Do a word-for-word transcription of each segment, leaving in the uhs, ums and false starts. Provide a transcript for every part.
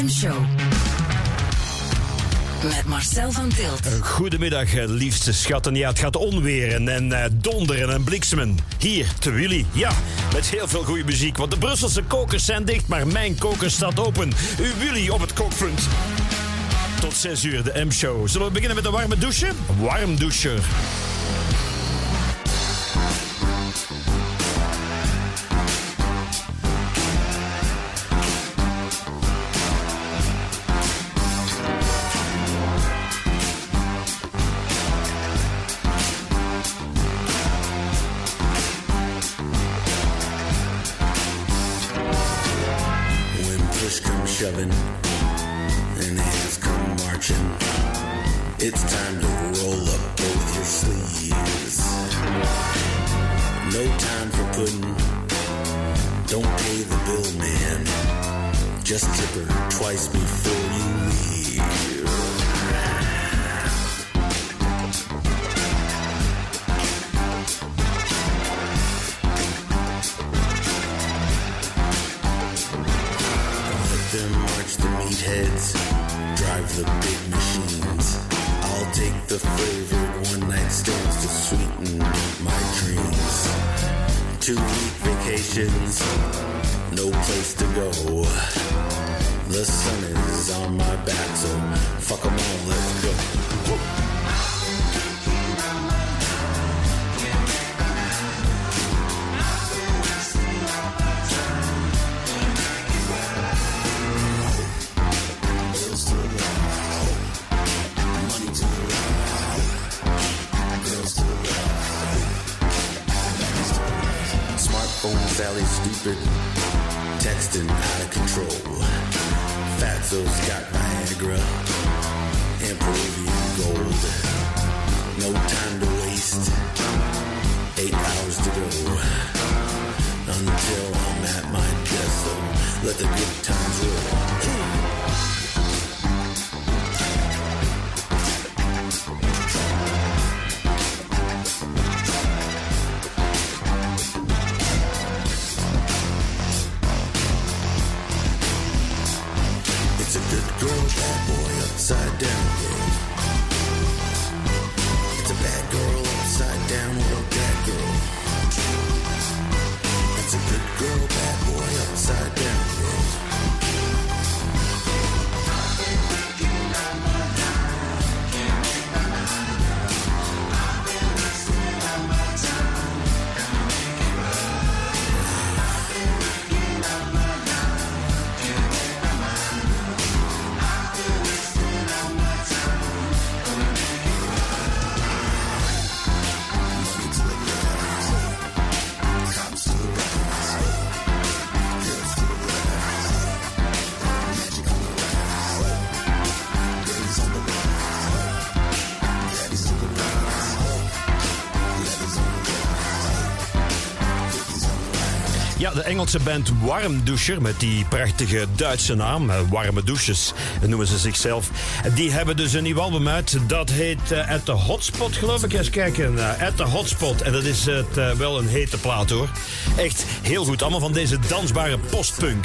M-show. Met Marcel van Tilt. Goedemiddag, liefste schatten. Ja, het gaat onweren en uh, donderen en bliksemen. Hier, te Willy. Ja, met heel veel goede muziek. Want de Brusselse kokers zijn dicht, maar mijn koker staat open. Uw Willy op het kookpunt. Tot zes uur, de M-show. Zullen we beginnen met een warme douche? Warm doucher. Shoving and hands come marching. It's time to roll up both your sleeves. No time for pudding. Don't pay the bill, man. Just tip her twice before you leave. Them march the meatheads, drive the big machines. I'll take the favored one-night stands to sweeten my dreams. Two-week vacations, no place to go. The sun is on my back, so fuck 'em all, let's go. Whoa. Sally stupid, texting out of control. Fatso's got Viagra and Peruvian gold. No time to waste, eight hours to go until I'm at my desk, so let the good times roll. Girl, bad boy, upside down girl. It's a bad girl, upside down world, bad girl. It's a good girl, bad boy, upside down girl. I've been thinking about my time, can't make my mind up. I've been wasting all my time, gotta make it right. I've been thinking about my time, can't make my mind up. Ja, de Engelse band Warmdoucher, met die prachtige Duitse naam, Warme Douches noemen ze zichzelf. Die hebben dus een nieuw album uit, dat heet uh, At The Hotspot, geloof ik. Eens kijken, uh, At The Hotspot. En dat is het, uh, wel een hete plaat, hoor. Echt heel goed, allemaal van deze dansbare postpunk.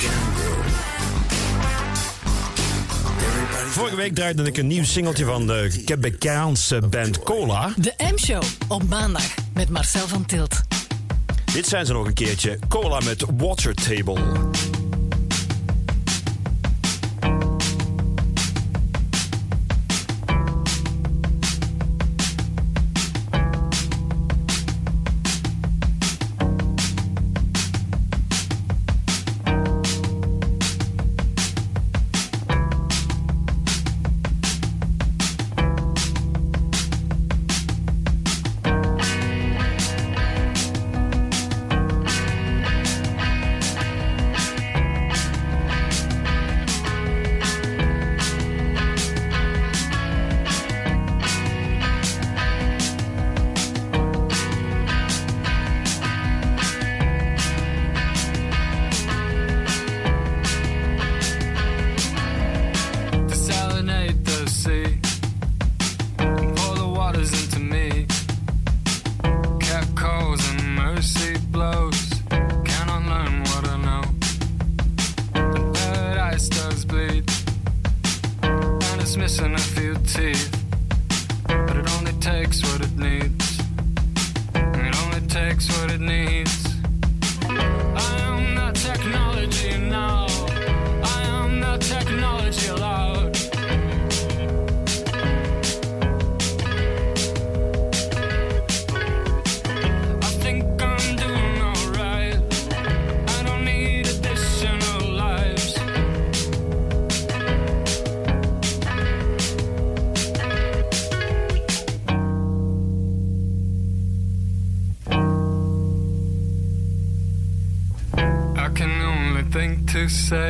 Vorige week draaide ik een nieuw singeltje van de Quebecaanse band Cola. De M-show op maandag met Marcel van Tilt. Dit zijn ze nog een keertje. Cola met Water Table.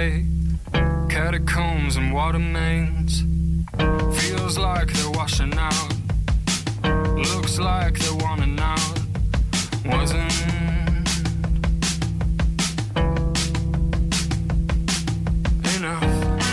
decay, catacombs and water mains. Feels like they're washing out, looks like they're wanting out. Wasn't enough.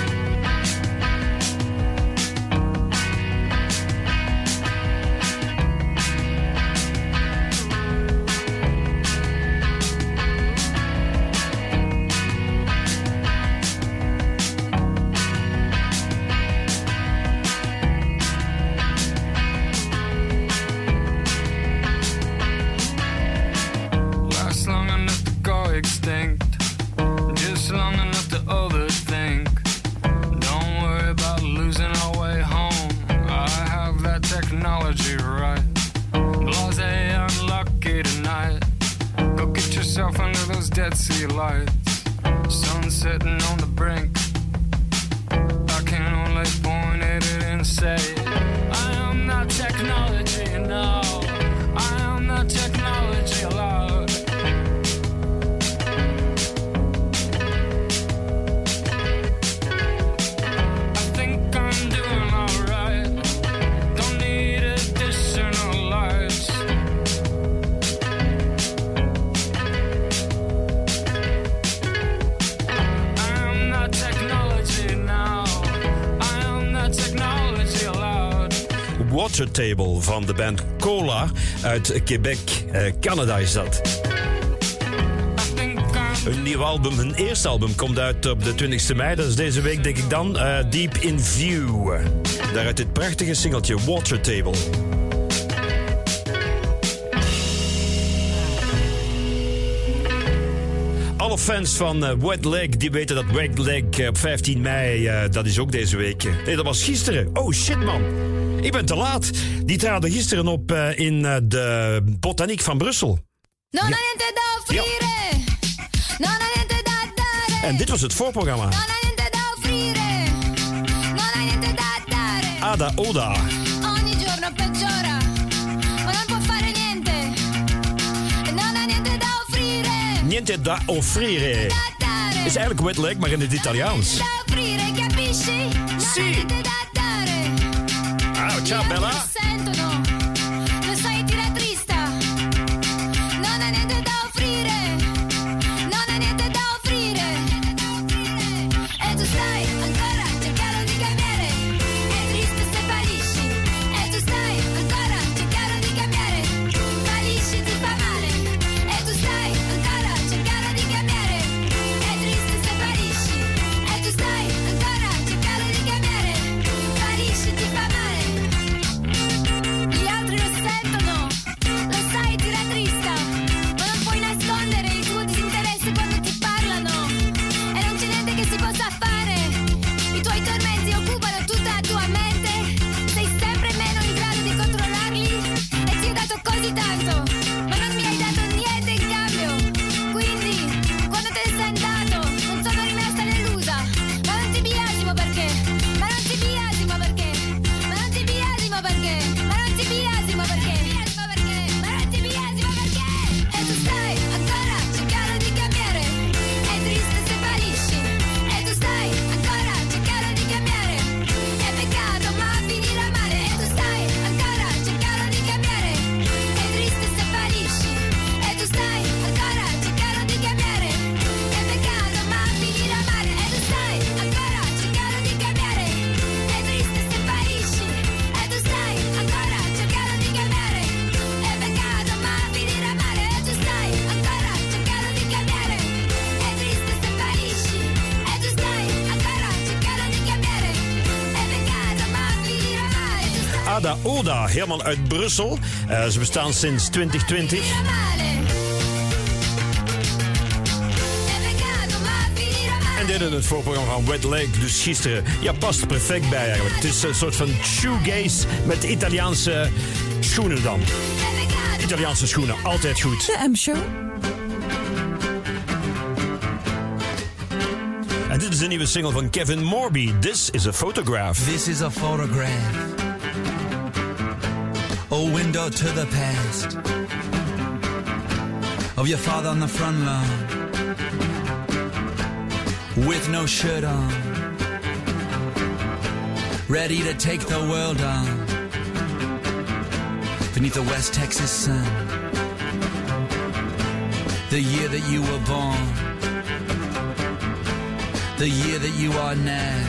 Dead sea lights, sun setting on the brink. I can only point at it and say, I am not technology, no, I am not technology allowed. I think I'm doing alright, don't need additional lights. Water Table van de band Cola uit Quebec, uh, Canada is dat. Hun nieuw album, hun eerste album, komt uit op de twintigste mei. Dat is deze week, denk ik dan. Uh, Deep in View. Daaruit dit prachtige singeltje Water Table. Alle fans van uh, Wet Leg, die weten dat Wet Leg uh, op vijftien mei, uh, dat is ook deze week. Nee, dat was gisteren. Oh shit, man. Ik ben te laat. Die traden gisteren op uh, in uh, de Botaniek van Brussel. Non ha niente da offrire. Non ha niente da dare. En dit was het voorprogramma. Non ha niente da offrire. Non ha niente da dare. Ada Oda. Ogni giorno peggiora, ma non può fare niente. Non ha niente da offrire. Niente da offrire. Is eigenlijk Wet Leg, maar in het Italiaans. Da offrire, capisci? Sì. Oh, ciao Bella. Lo sentono, lo sai tiratrista. Non ha niente da offrire. Non ha niente da offrire. E tu stai ancora cercando di cambiare. È triste se fallisci. E tu stai ancora cercando di cambiare. Fallisci ti fa male. E tu stai ancora cercando di cambiare. È triste se fallisci. E tu stai ancora cercando di cambiare. Fallisci ti fa male. Gli altri lo sentono, lo sai tiratrista, ma non puoi nascondere il tuo disinteresse quando ti parlano. E non c'è niente che si possa fare. I tuoi tormenti occupano tutta la tua mente. Sei sempre meno in grado di controllarli. E ti ho dato così tanto, ma non mi hai dato niente in cambio. Quindi, quando te ne sei andato, non sono rimasta delusa. Ma non ti biasimo perché, ma non ti biasimo perché, ma non ti biasimo perché, ma non ti biasimo perché, ma non ti biasimo perché. E tu stai ancora cercando di cambiare. È triste se fallisci. E tu stai ancora cercando di cambiare. È peccato ma finirà male. E tu stai ancora cercando di cambiare. È triste se fallisci. E tu stai ancora cercando di cambiare. È peccato ma finirà male. E tu stai ancora cercando di cambiare. È triste se fallisci. E tu stai ancora cercando di cambiare. È peccato ma finirà male. E tu stai ancora cercando di cambiare. È triste se fallisci. E tu stai ancora cercando di cambiare. È peccato ma finirà male. Tu stai Ada Oda, helemaal uit Brussel. Uh, ze bestaan sinds twintig twintig. male. È peccato ma finirà male. En deden het voorprogramma van Wet Leg, dus gisteren. Ja, past perfect bij eigenlijk. Het is een soort van shoegaze met Italiaanse schoenen dan. È peccato. Italiaanse schoenen, altijd goed. De M-show. En dit is de nieuwe single van Kevin Morby. This is a photograph. This is a photograph, a window to the past, of your father on the front lawn, with no shirt on, ready to take the world on, beneath the West Texas sun, the year that you were born, the year that you are now,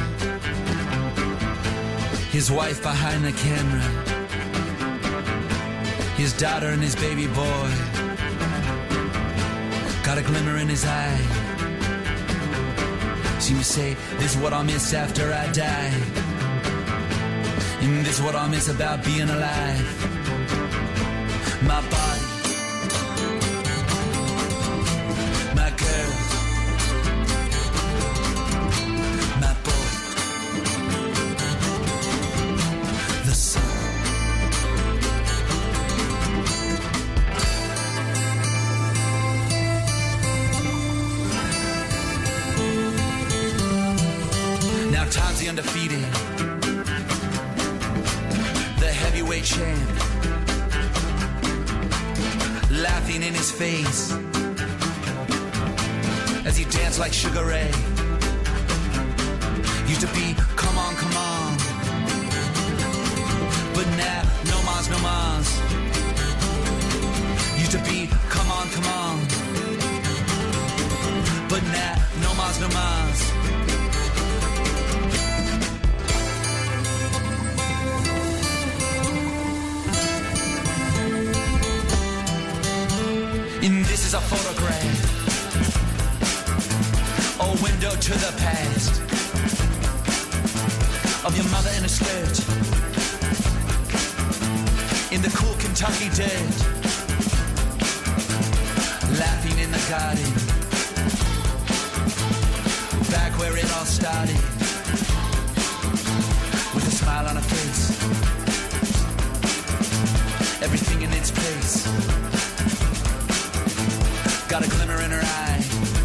his wife behind the camera, his daughter and his baby boy, got a glimmer in his eye. Seem to say, this is what I'll miss after I die, and this is what I'll miss about being alive. My body, my girl, my boy, the sun. Now Tom's the undefeated, the heavyweight champ, laughing in his face as he danced like Sugar Ray. Used to be, come on, come on, but now, no mas, no mas. Used to be, come on, come on, but now, no mas, no mas. And this is a photograph, a window to the past, of your mother in a skirt, in the cool Kentucky dirt, laughing in the garden, back where it all started, with a smile on her face, everything in its place. Got a glimmer in her eye.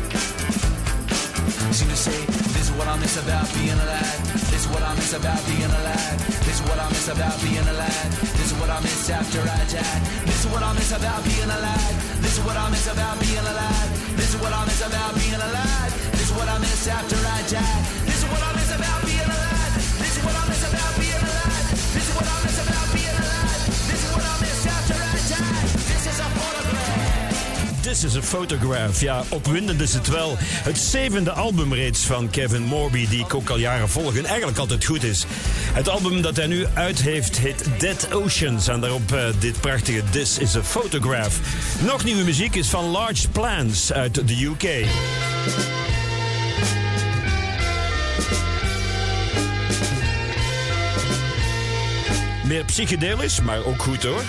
Seem to say, this is what I miss about being alive. This is what I miss about being alive. This is what I miss about being alive. This is what I miss after I die. This is what I miss about being alive. This is what I miss about being alive. This is what I miss about being alive. This is what I miss after I die. This is what I miss about being alive. This is what I miss about being alive. This is what I miss about being alive. This is what I miss after I die. This is a photograph. This is a Photograph. Ja, opwindend is het wel. Het zevende album reeds van Kevin Morby, die ik ook al jaren volg en eigenlijk altijd goed is. Het album dat hij nu uit heeft heet Dead Oceans en daarop uh, dit prachtige This is a Photograph. Nog nieuwe muziek is van Large Plans uit de U K. Meer psychedelisch, maar ook goed hoor.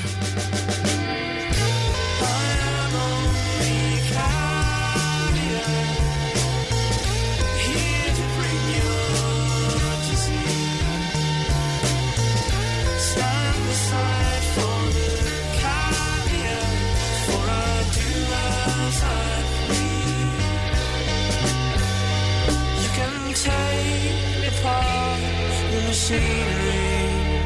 Machinery,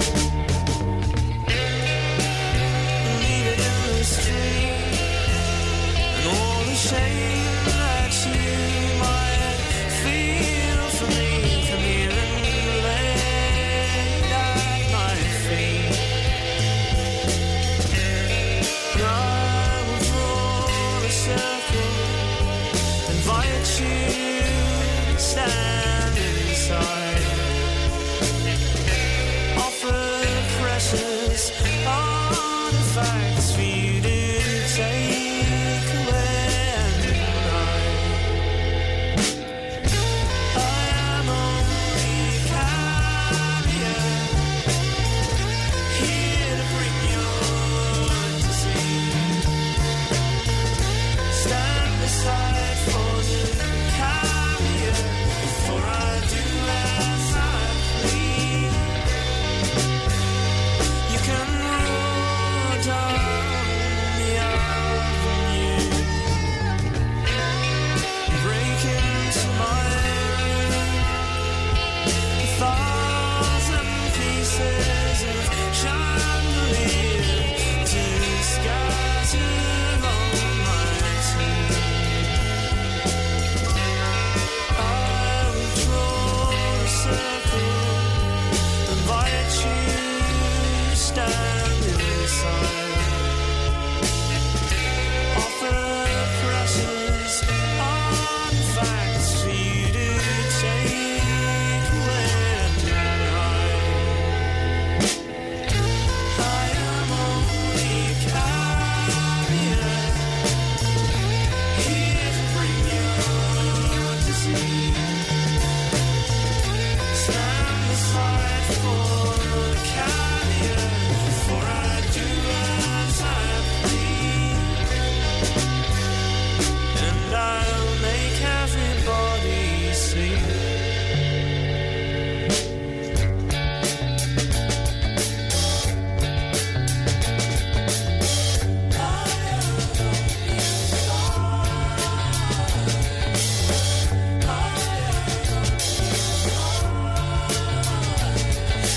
leave it in the street, and all the shame that you might feel for me, come here and lay at my feet. And I will draw a circle, invite you to stand inside.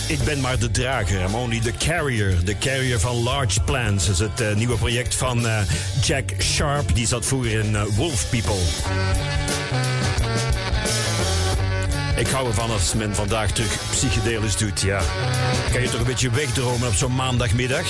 Ik ben maar de drager, I'm only the carrier. De carrier van Large Plans. Dat is het uh, nieuwe project van uh, Jack Sharp. Die zat vroeger in uh, Wolf People. Ik hou ervan als men vandaag terug psychedelisch doet, ja. Kan je toch een beetje wegdromen op zo'n maandagmiddag?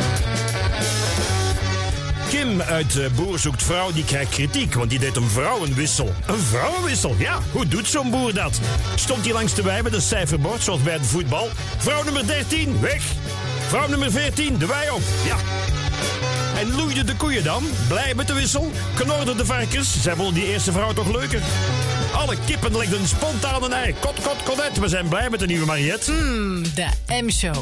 Kim uit uh, Boer zoekt vrouw, die krijgt kritiek, want die deed een vrouwenwissel. Een vrouwenwissel? Ja, hoe doet zo'n boer dat? Stond hij langs de wei met een cijferbord, zoals bij het voetbal. Vrouw nummer dertien, weg. Vrouw nummer veertien, de wei op. Ja. En loeide de koeien dan? Blij met de wissel? Knorden de varkens? Zij vonden die eerste vrouw toch leuker? Alle kippen legden spontaan een ei. Kot, kot, kodet. We zijn blij met de nieuwe Mariette. Mm, de M-show.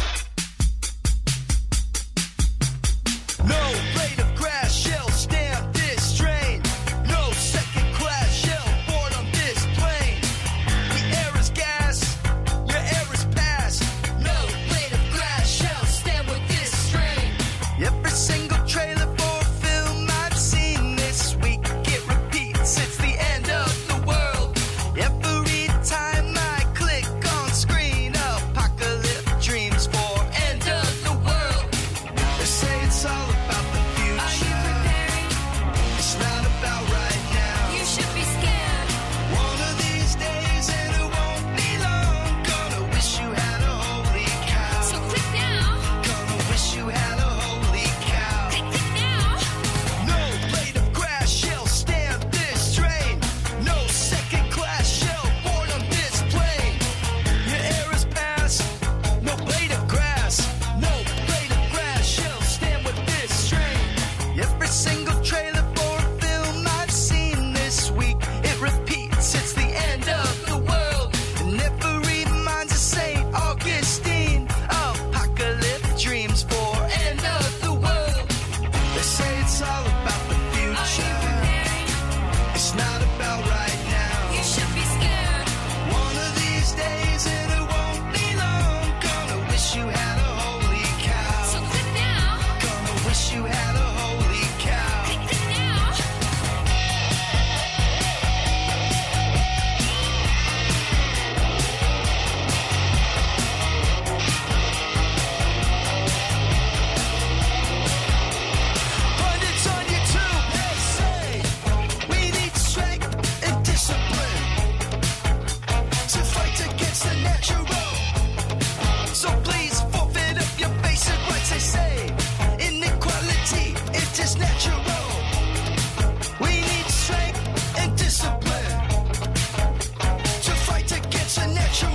No blade of grass shall stamp this train. No second class shall board on this plane. The air is gas, your air is past. No blade of grass shall stand with this train. Every single trailer for a film I've seen this week, it repeats, it's the end of the world. Every time I click on screen, apocalypse dreams for end of the world. They say it's all about the future. Are you preparing? It's not about right now. You should be scared. One of these days, and it won't be long. Gonna wish you had a holy cow. So click now. Gonna wish you had a holy cow. Click, click now. No blade of grass shall stamp this train. No second class shall board on this plane. Your air is past. No blade of grass. No blade of grass shall stand with this train. Every single trailer for a film I've seen this week, it repeats, it's the end of the world. And every reminds of Saint Augustine. Apocalypse dreams for end of the world. They say it's all about the Are you future. preparing? It's not about right now. You should be scared. One of these days, and it won't be long. Gonna wish you had a holy cow. So click now. Gonna wish you had a holy cow. Click, click now. Pundits on YouTube, they say we need strength and discipline to fight against the natural. So please forfeit up your basic rights. They say inequality, it is natural. We need strength and discipline to fight against the natural.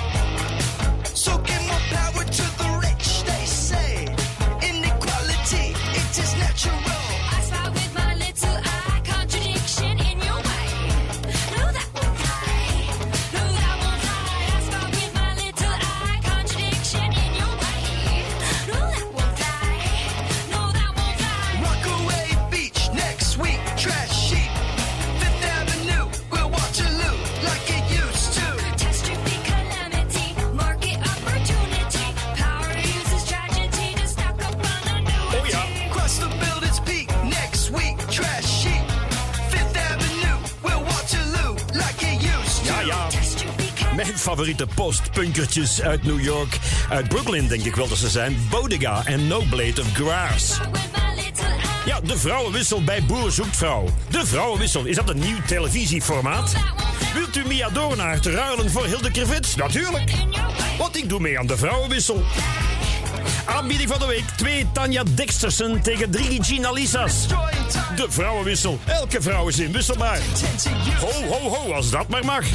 So give more power to the rich. They say inequality, it is natural. I spy with my little eye, contradiction in your way. No, that won't fly. No, that won't fly. I spy with my little eye, contradiction in your way. No, that won't fly. No, that won't fly. Rockaway Beach next week, trash sheet. Fifth Avenue, we'll Waterloo like it used to. Catastrophe, calamity, market opportunity. Power uses tragedy to stock up on annuity. Oh, yeah. Cross the building's peak next week, trash sheet. Fifth Avenue, we'll Waterloo like it used to. Ja, ja. Catastrophe, calamity. Mijn favoriete postpunkertjes uit New York. Uit Brooklyn denk ik wel dat ze zijn. Bodega en No Blade of Grass. With my little eye. Ja, de vrouwenwissel bij Boer zoekt vrouw. De vrouwenwissel, is dat een nieuw televisieformaat? Wilt u Mia Doornaert ruilen voor Hilde Krevits? Natuurlijk. Want ik doe mee aan de vrouwenwissel. Aanbieding van de week. Twee Tanja Dextersen tegen drie Gina Lissa's. De vrouwenwissel. Elke vrouw is inwisselbaar. Ho, ho, ho, als dat maar mag.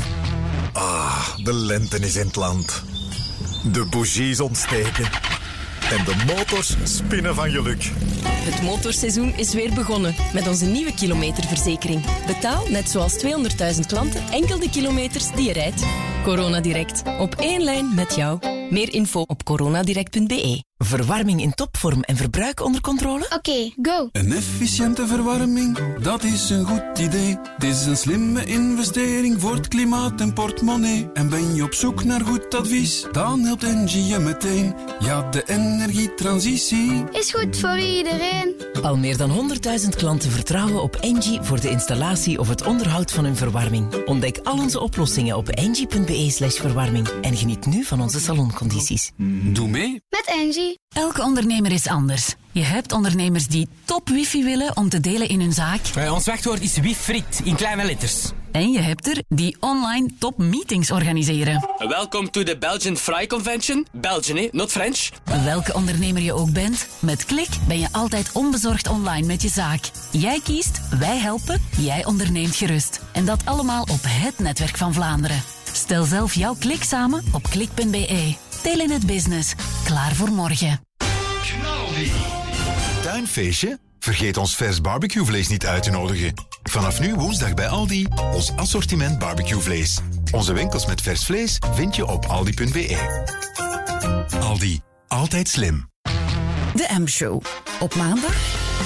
Ah, de lente is in het land. De bougies ontsteken. En de motors spinnen van geluk. Het motorseizoen is weer begonnen met onze nieuwe kilometerverzekering. Betaal, net zoals tweehonderdduizend klanten, enkel de kilometers die je rijdt. Corona Direct. Op één lijn met jou. Meer info op coronadirect punt be. Verwarming in topvorm en verbruik onder controle? Oké, okay, go. Een efficiënte verwarming, dat is een goed idee. Het is een slimme investering voor het klimaat en portemonnee. En ben je op zoek naar goed advies, dan helpt Engie je meteen. Ja, de energietransitie is goed voor iedereen. Al meer dan honderdduizend klanten vertrouwen op Engie voor de installatie of het onderhoud van hun verwarming. Ontdek al onze oplossingen op engie.be slash verwarming en geniet nu van onze saloncondities. Doe mee met Engie. Elke ondernemer is anders. Je hebt ondernemers die top wifi willen om te delen in hun zaak. Uh, ons wachtwoord is wiefriet, in kleine letters. En je hebt er die online top meetings organiseren. Welcome to the Belgian Fry Convention. Belgian, eh? Not French. Welke ondernemer je ook bent, met Klik ben je altijd onbezorgd online met je zaak. Jij kiest, wij helpen, jij onderneemt gerust. En dat allemaal op het netwerk van Vlaanderen. Stel zelf jouw Klik samen op klik punt be. Telenet Business. Klaar voor morgen. Tuinfeestje? Vergeet ons vers barbecuevlees niet uit te nodigen. Vanaf nu woensdag bij Aldi, ons assortiment barbecuevlees. Onze winkels met vers vlees vind je op aldi punt be. Aldi, altijd slim. De M-show. Op maandag...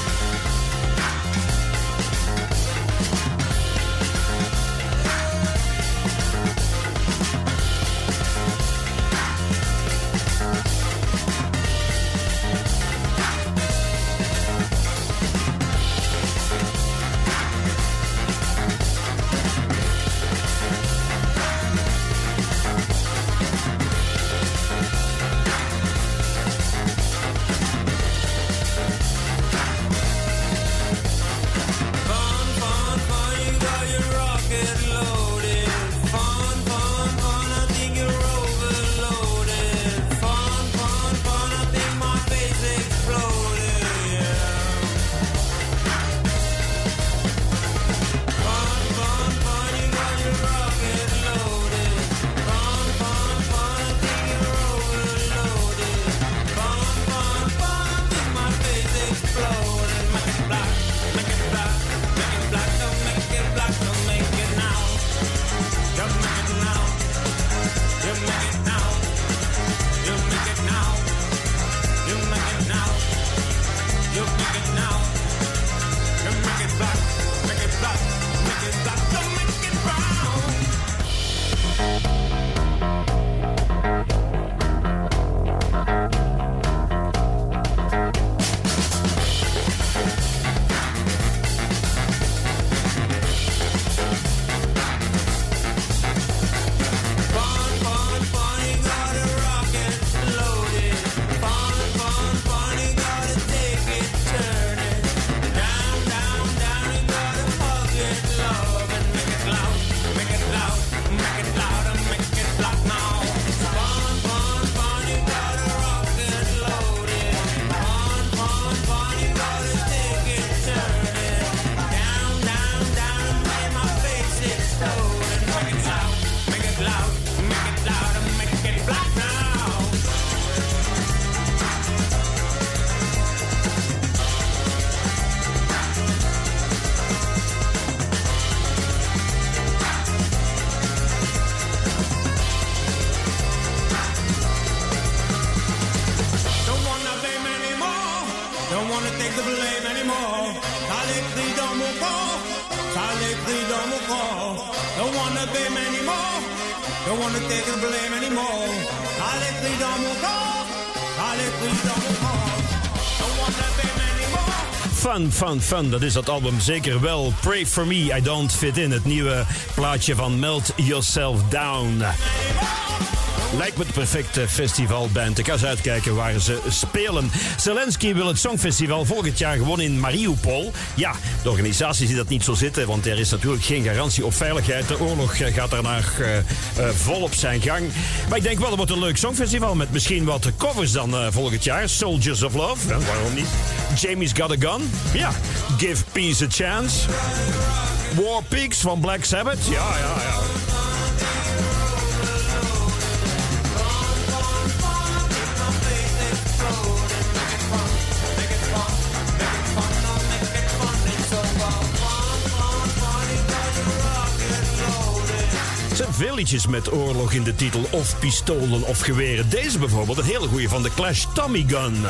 Fun, fun, fun. Dat is dat album zeker wel. Pray for me, I don't fit in. Het nieuwe plaatje van Melt Yourself Down. Lijkt me het perfecte festivalband. Ik ga eens uitkijken waar ze spelen. Zelensky wil het Songfestival volgend jaar gewoon in Mariupol. Ja, de organisatie ziet dat niet zo zitten, want er is natuurlijk geen garantie op veiligheid. De oorlog gaat daarna uh, uh, vol op zijn gang. Maar ik denk wel, het wordt een leuk Songfestival met misschien wat covers dan uh, volgend jaar. Soldiers of Love, ja, waarom niet? Jamie's Got a Gun, ja. Give Peace a Chance. War Pigs van Black Sabbath, ja, ja, ja. zijn veel liedjes met oorlog in de titel, of pistolen of geweren. Deze bijvoorbeeld, een hele goeie van The Clash, Tommy Gun.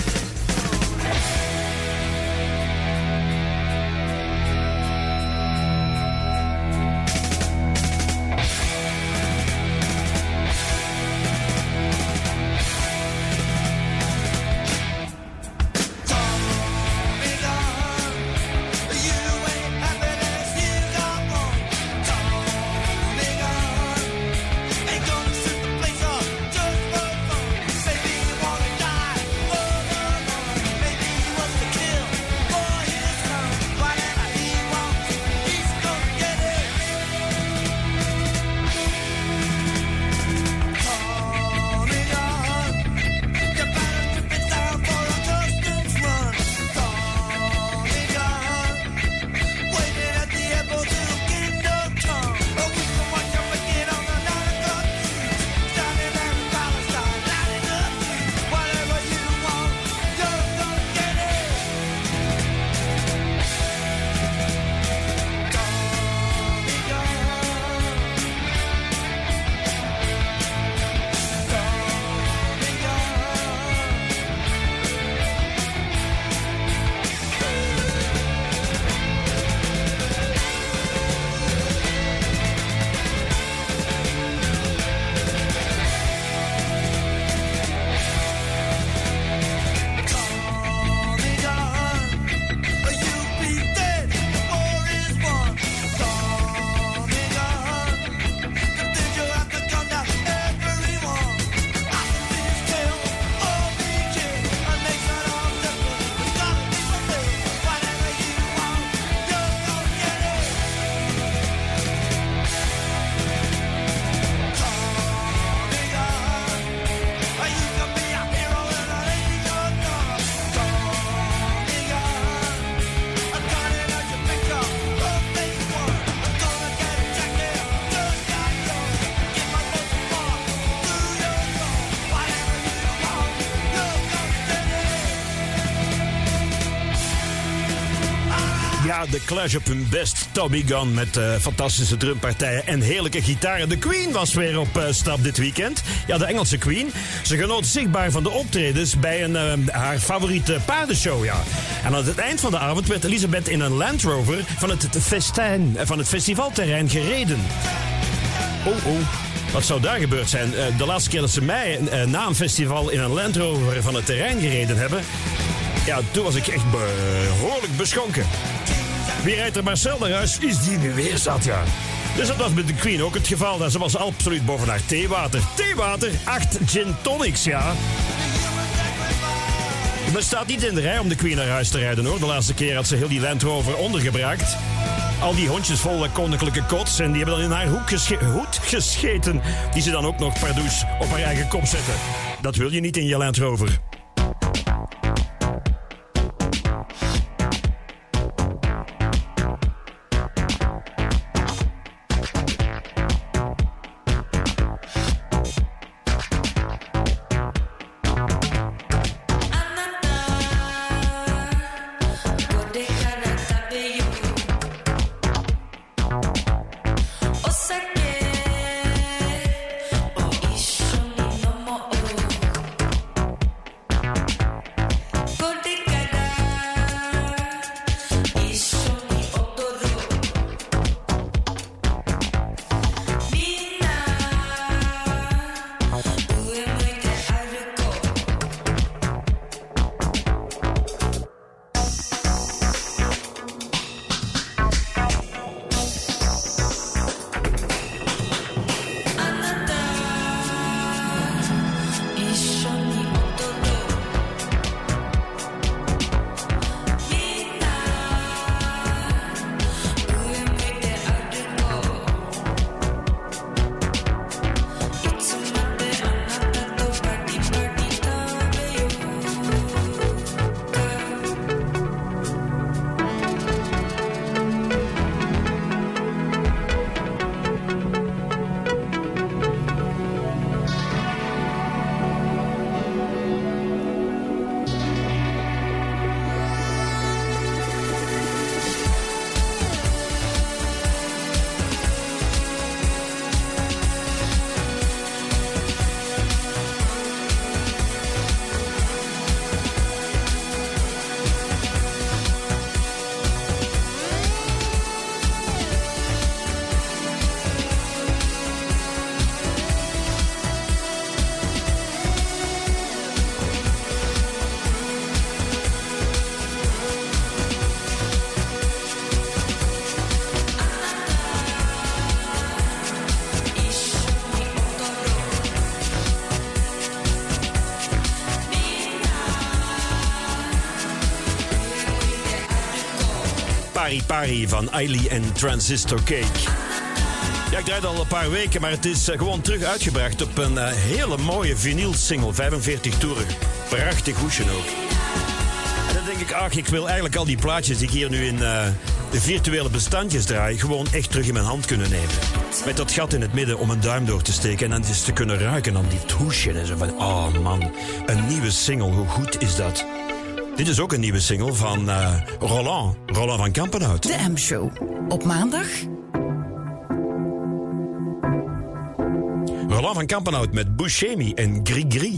The Clash op hun best. Tommy Gun met uh, fantastische drumpartijen en heerlijke gitaren. De Queen was weer op uh, stap dit weekend. Ja, de Engelse Queen. Ze genoot zichtbaar van de optredens bij een, uh, haar favoriete paardenshow. Ja. En aan het eind van de avond werd Elisabeth in een Land Rover van het, festijn, van het festivalterrein gereden. Oh, oh. Wat zou daar gebeurd zijn? Uh, de laatste keer dat ze mij uh, na een festival in een Land Rover van het terrein gereden hebben... Ja, toen was ik echt behoorlijk beschonken. Wie rijdt er Marcel naar huis? Is die nu weer zat, ja. Dus dat was met de Queen ook het geval. Ze was absoluut boven haar theewater. Theewater, acht gin tonics, ja. Maar staat niet in de rij om de Queen naar huis te rijden, hoor. De laatste keer had ze heel die Land Rover ondergebracht. Al die hondjes vol koninklijke kots. En die hebben dan in haar hoek gesche- hoed gescheten. Die ze dan ook nog pardoes op haar eigen kop zetten. Dat wil je niet in je Land Rover. Pari Pari van Ailey en Transistor Cake. Ja, ik draai het al een paar weken, maar het is uh, gewoon terug uitgebracht op een uh, hele mooie vinyl-single. vijfenveertig toeren. Prachtig hoesje ook. En dan denk ik, ach, ik wil eigenlijk al die plaatjes die ik hier nu in uh, de virtuele bestandjes draai, gewoon echt terug in mijn hand kunnen nemen. Met dat gat in het midden om een duim door te steken en dan eens te kunnen ruiken aan die hoesje. En zo van, oh man, een nieuwe single, hoe goed is dat? Dit is ook een nieuwe single van uh, Roland, Roland van Kampenhout. De M-show. Op maandag... Roland van Kampenhout met Buscemi en Gris Gris.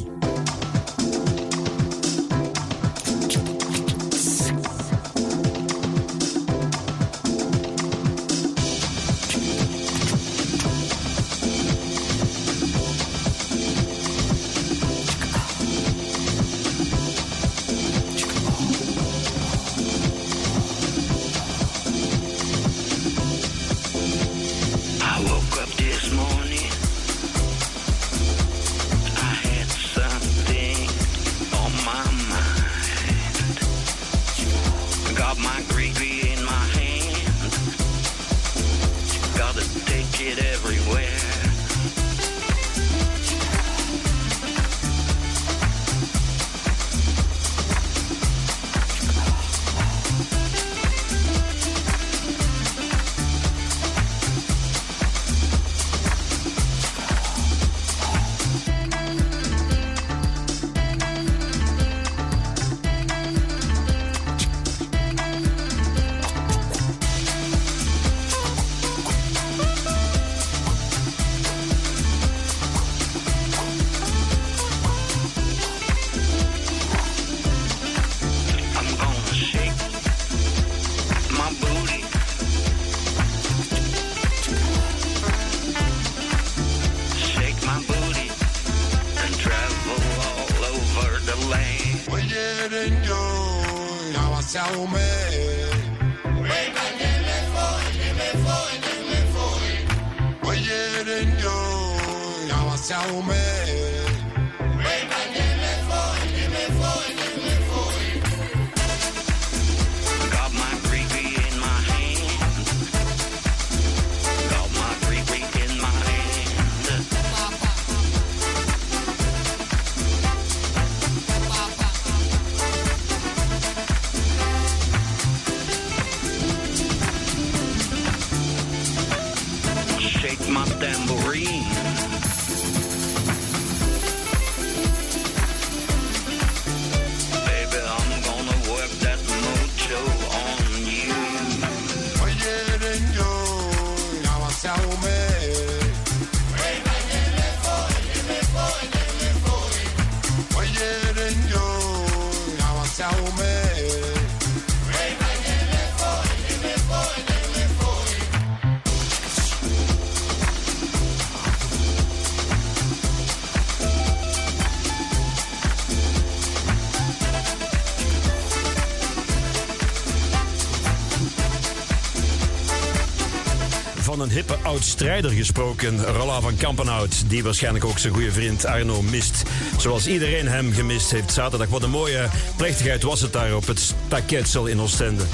Van een hippe oud-strijder gesproken, Roland van Kampenhout, die waarschijnlijk ook zijn goede vriend Arno mist. Zoals iedereen hem gemist heeft zaterdag. Wat een mooie plechtigheid was het daar op het Staketsel in Oostende.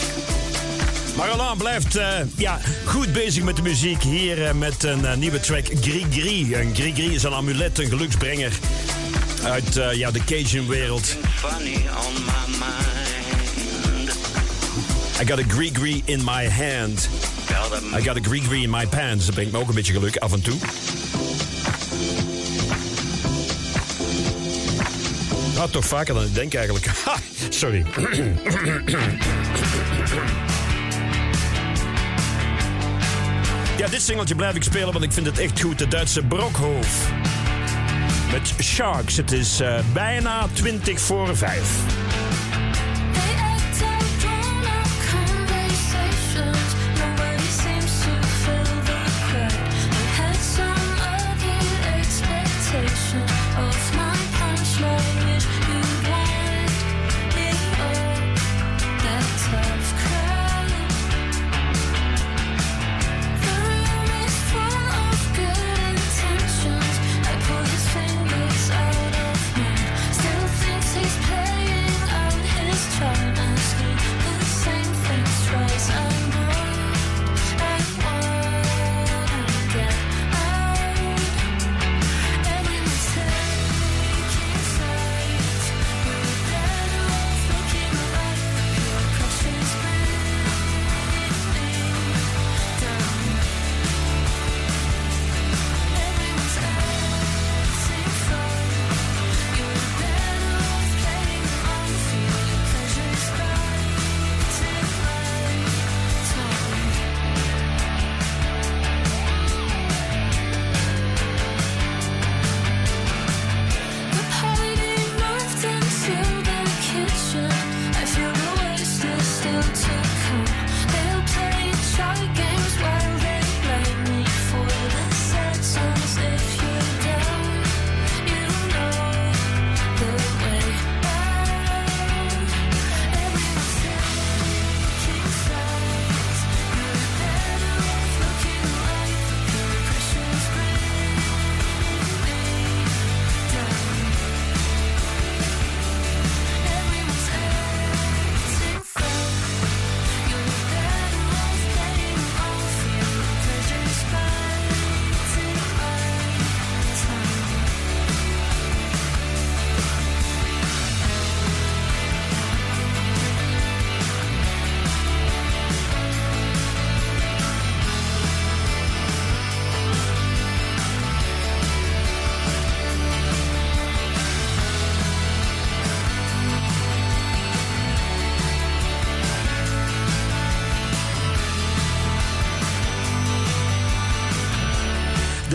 Maar Roland blijft uh, ja, goed bezig met de muziek. Hier uh, met een uh, nieuwe track, Gris Gris. En Gris Gris is een amulet, een geluksbrenger uit uh, ja, de Cajun-wereld. I got a Gris Gris in my hand. I got a Gris Gris in my pants. Dat brengt me ook een beetje geluk af en toe. Nou, toch vaker dan ik denk eigenlijk. Ha, sorry. Ja, dit singeltje blijf ik spelen, want ik vind het echt goed. De Duitse Brockhof. Met Sharks. Het is uh, bijna twintig voor vijf. Still thinks he's playing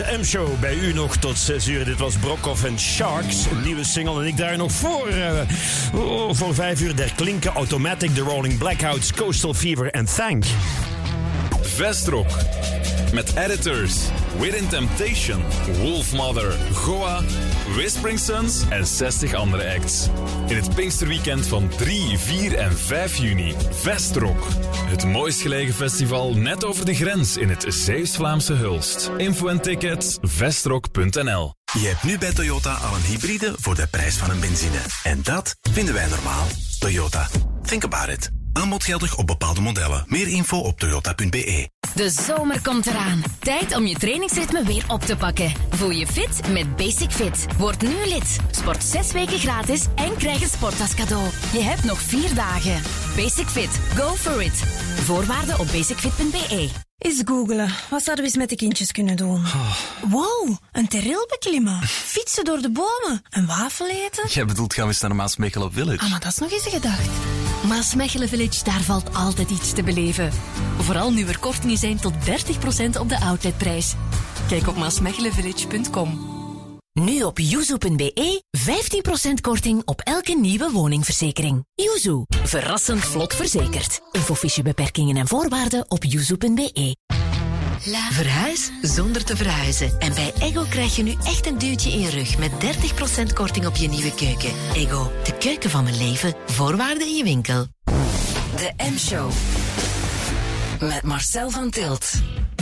de M-show bij u nog tot zes uur. Dit was Brockhoff en Sharks, een nieuwe single. En ik draai nog voor, uh, oh, voor vijf uur Der Klinken, Automatic, The Rolling Blackouts, Coastal Fever en Thank. Vestrock. Met Editors, Within Temptation, Wolfmother, Goa, Whispering Suns en zestig andere acts. In het Pinksterweekend van drie, vier en vijf juni. Vestrock. Het mooist gelegen festival net over de grens in het Zeeuws-Vlaamse Hulst. Info en tickets vestrock punt n l. Je hebt nu bij Toyota al een hybride voor de prijs van een benzine. En dat vinden wij normaal. Toyota. Think about it. Aanbod geldig op bepaalde modellen. Meer info op toyota punt b e. De zomer komt eraan. Tijd om je trainingsritme weer op te pakken. Voel je fit met Basic Fit. Word nu lid. Sport zes weken gratis en krijg een sporttas cadeau. Je hebt nog vier dagen. Basic Fit. Go for it. Voorwaarden op basic fit punt b e. Eens googelen. Wat zouden we eens met de kindjes kunnen doen? Oh. Wow, een terril beklimmen. Fietsen door de bomen. Een wafel eten. Jij bedoelt gaan we eens naar Maasmechelen op Village? Ah, maar dat is nog eens een gedacht. Maasmechelen Village, daar valt altijd iets te beleven. Vooral nu er kortingen zijn tot dertig procent op de outletprijs. Kijk op maasmechelenvillage punt com. Nu op yuzu punt b e vijftien procent korting op elke nieuwe woningverzekering. Yuzu, verrassend vlot verzekerd. Infofiche beperkingen en voorwaarden op yuzu punt b e. Verhuis zonder te verhuizen. En bij Ego krijg je nu echt een duwtje in je rug met dertig procent korting op je nieuwe keuken. Ego, de keuken van mijn leven. Voorwaarden in je winkel. De M-show. Met Marcel van Tilt.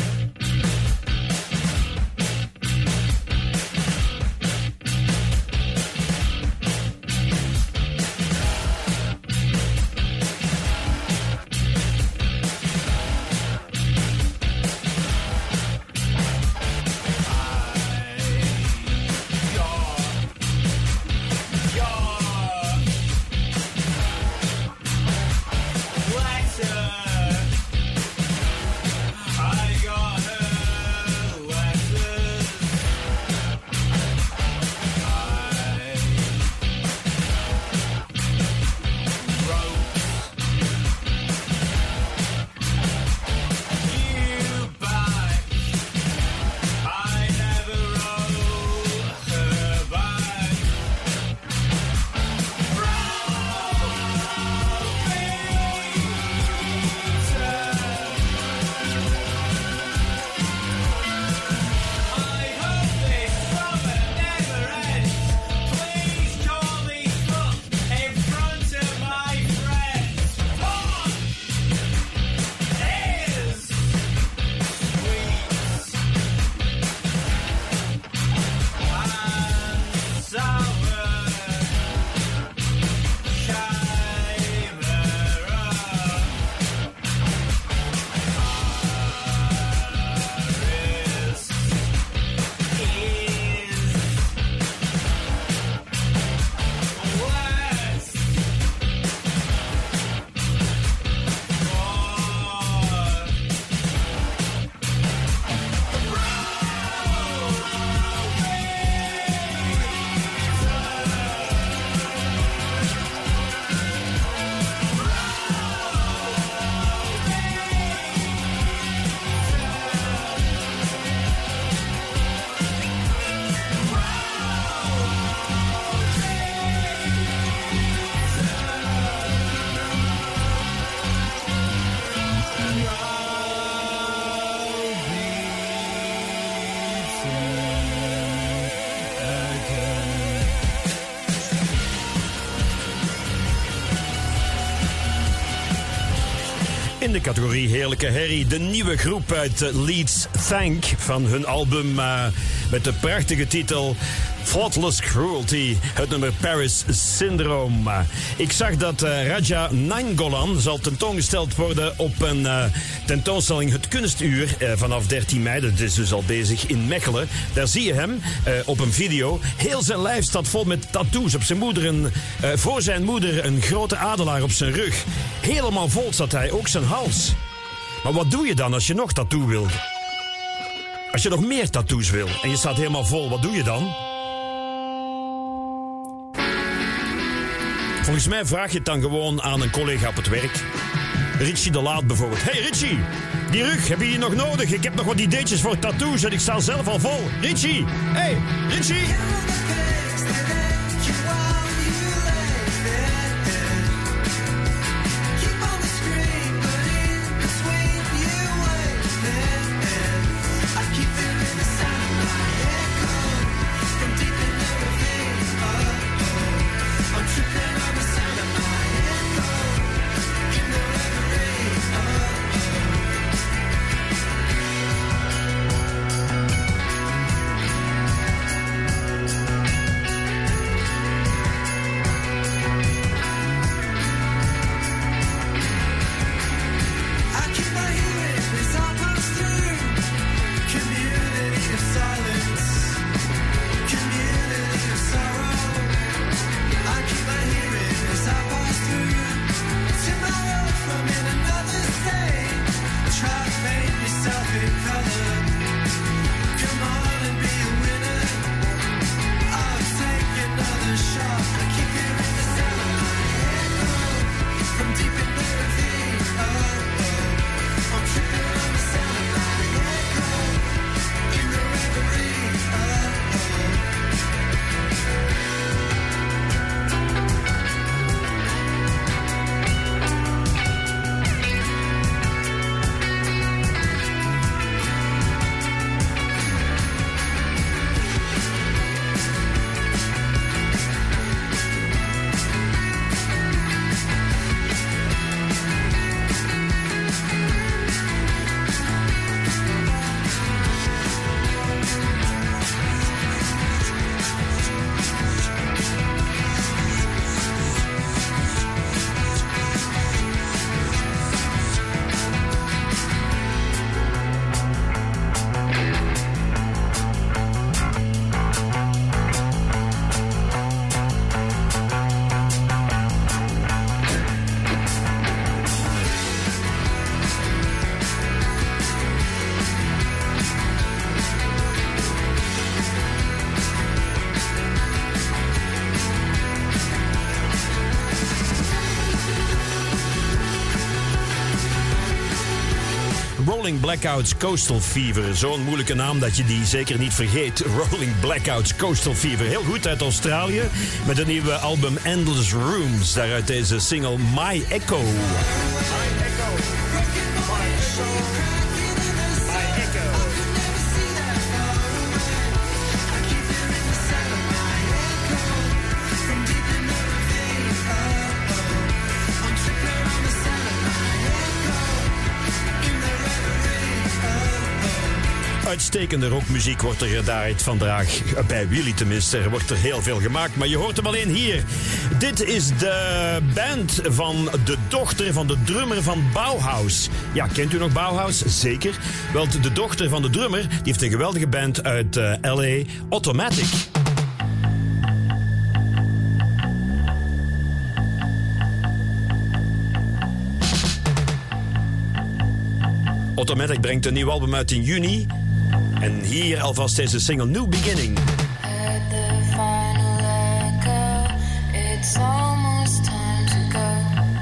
In de categorie Heerlijke Herrie, de nieuwe groep uit Leeds, Thank, van hun album uh, met de prachtige titel Thoughtless Cruelty, het nummer Paris Syndrome. Uh, ik zag dat uh, Raja Nainggolan zal tentoongesteld worden op een uh, tentoonstelling Het Kunstuur uh, vanaf dertien mei. Dat is dus al bezig in Mechelen. Daar zie je hem uh, op een video. Heel zijn lijf staat vol met tattoos. Op zijn moeder een, uh, voor zijn moeder een grote adelaar op zijn rug. Helemaal vol staat hij, ook zijn hals. Maar wat doe je dan als je nog tattoo wil? Als je nog meer tattoos wil en je staat helemaal vol, wat doe je dan? Volgens mij vraag je het dan gewoon aan een collega op het werk. Richie de Laat bijvoorbeeld. Hey Richie, die rug, heb je die nog nodig? Ik heb nog wat ideetjes voor tattoos en ik sta zelf al vol. Richie, hey, Richie. Rolling Blackouts Coastal Fever. Zo'n moeilijke naam dat je die zeker niet vergeet. Rolling Blackouts Coastal Fever. Heel goed uit Australië. Met een nieuwe album Endless Rooms. Daaruit deze single My Echo. My Echo. My soul. My Echo. Uitstekende rockmuziek wordt er gedraaid vandaag. Bij Willy tenminste. Er wordt er heel veel gemaakt, maar je hoort hem alleen hier. Dit is de band van de dochter van de drummer van Bauhaus. Ja, kent u nog Bauhaus? Zeker. Wel, de dochter van de drummer die heeft een geweldige band uit uh, L A, Automatic. Automatic brengt een nieuw album uit in juni. En hier alvast deze single New Beginning. At the final echo, it's almost time to go.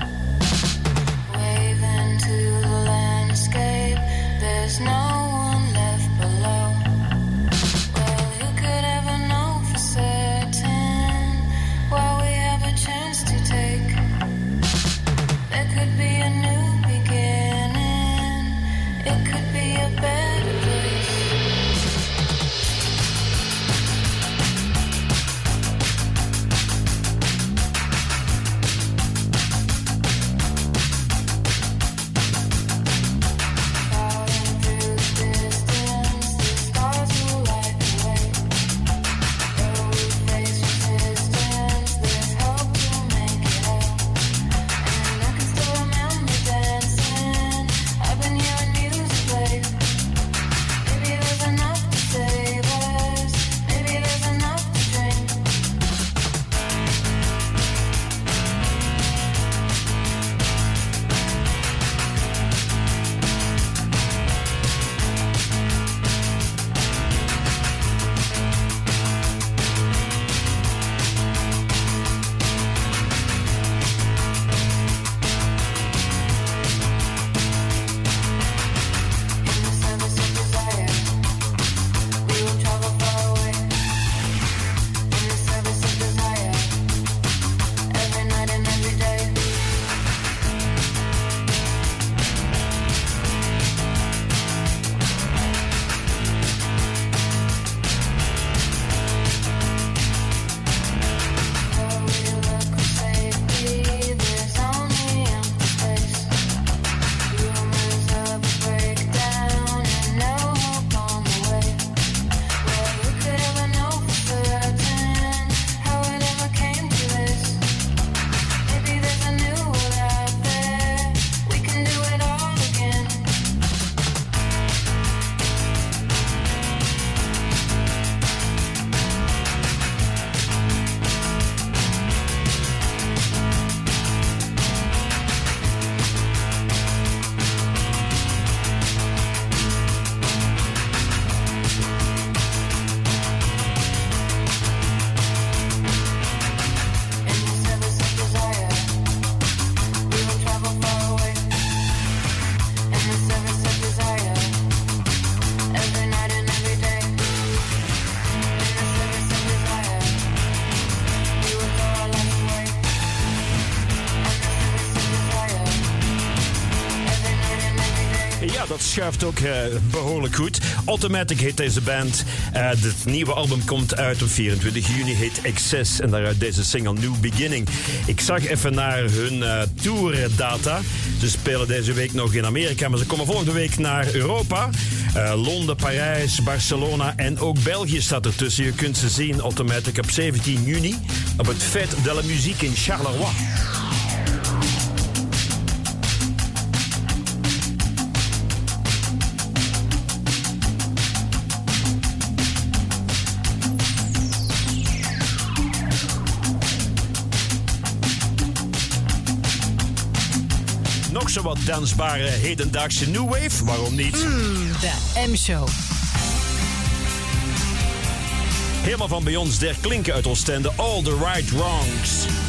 Wave into the landscape, there's no one left below. Well, who could ever know for certain while we have a chance to take? There could be a new beginning, it could be a better place. dat schuift ook uh, behoorlijk goed. Automatic heet deze band. Uh, het nieuwe album komt uit op vierentwintig juni, heet Excess. En daaruit deze single New Beginning. Ik zag even naar hun uh, tourdata. Ze spelen deze week nog in Amerika, maar ze komen volgende week naar Europa. Uh, Londen, Parijs, Barcelona en ook België staat ertussen. Je kunt ze zien, Automatic, op zeventien juni op het Fête de la Musique in Charleroi. Nog zo wat dansbare hedendaagse new wave, waarom niet? Mm, de M-show. Helemaal van bij ons der Klinken uit Oostende, All the Right Wrongs.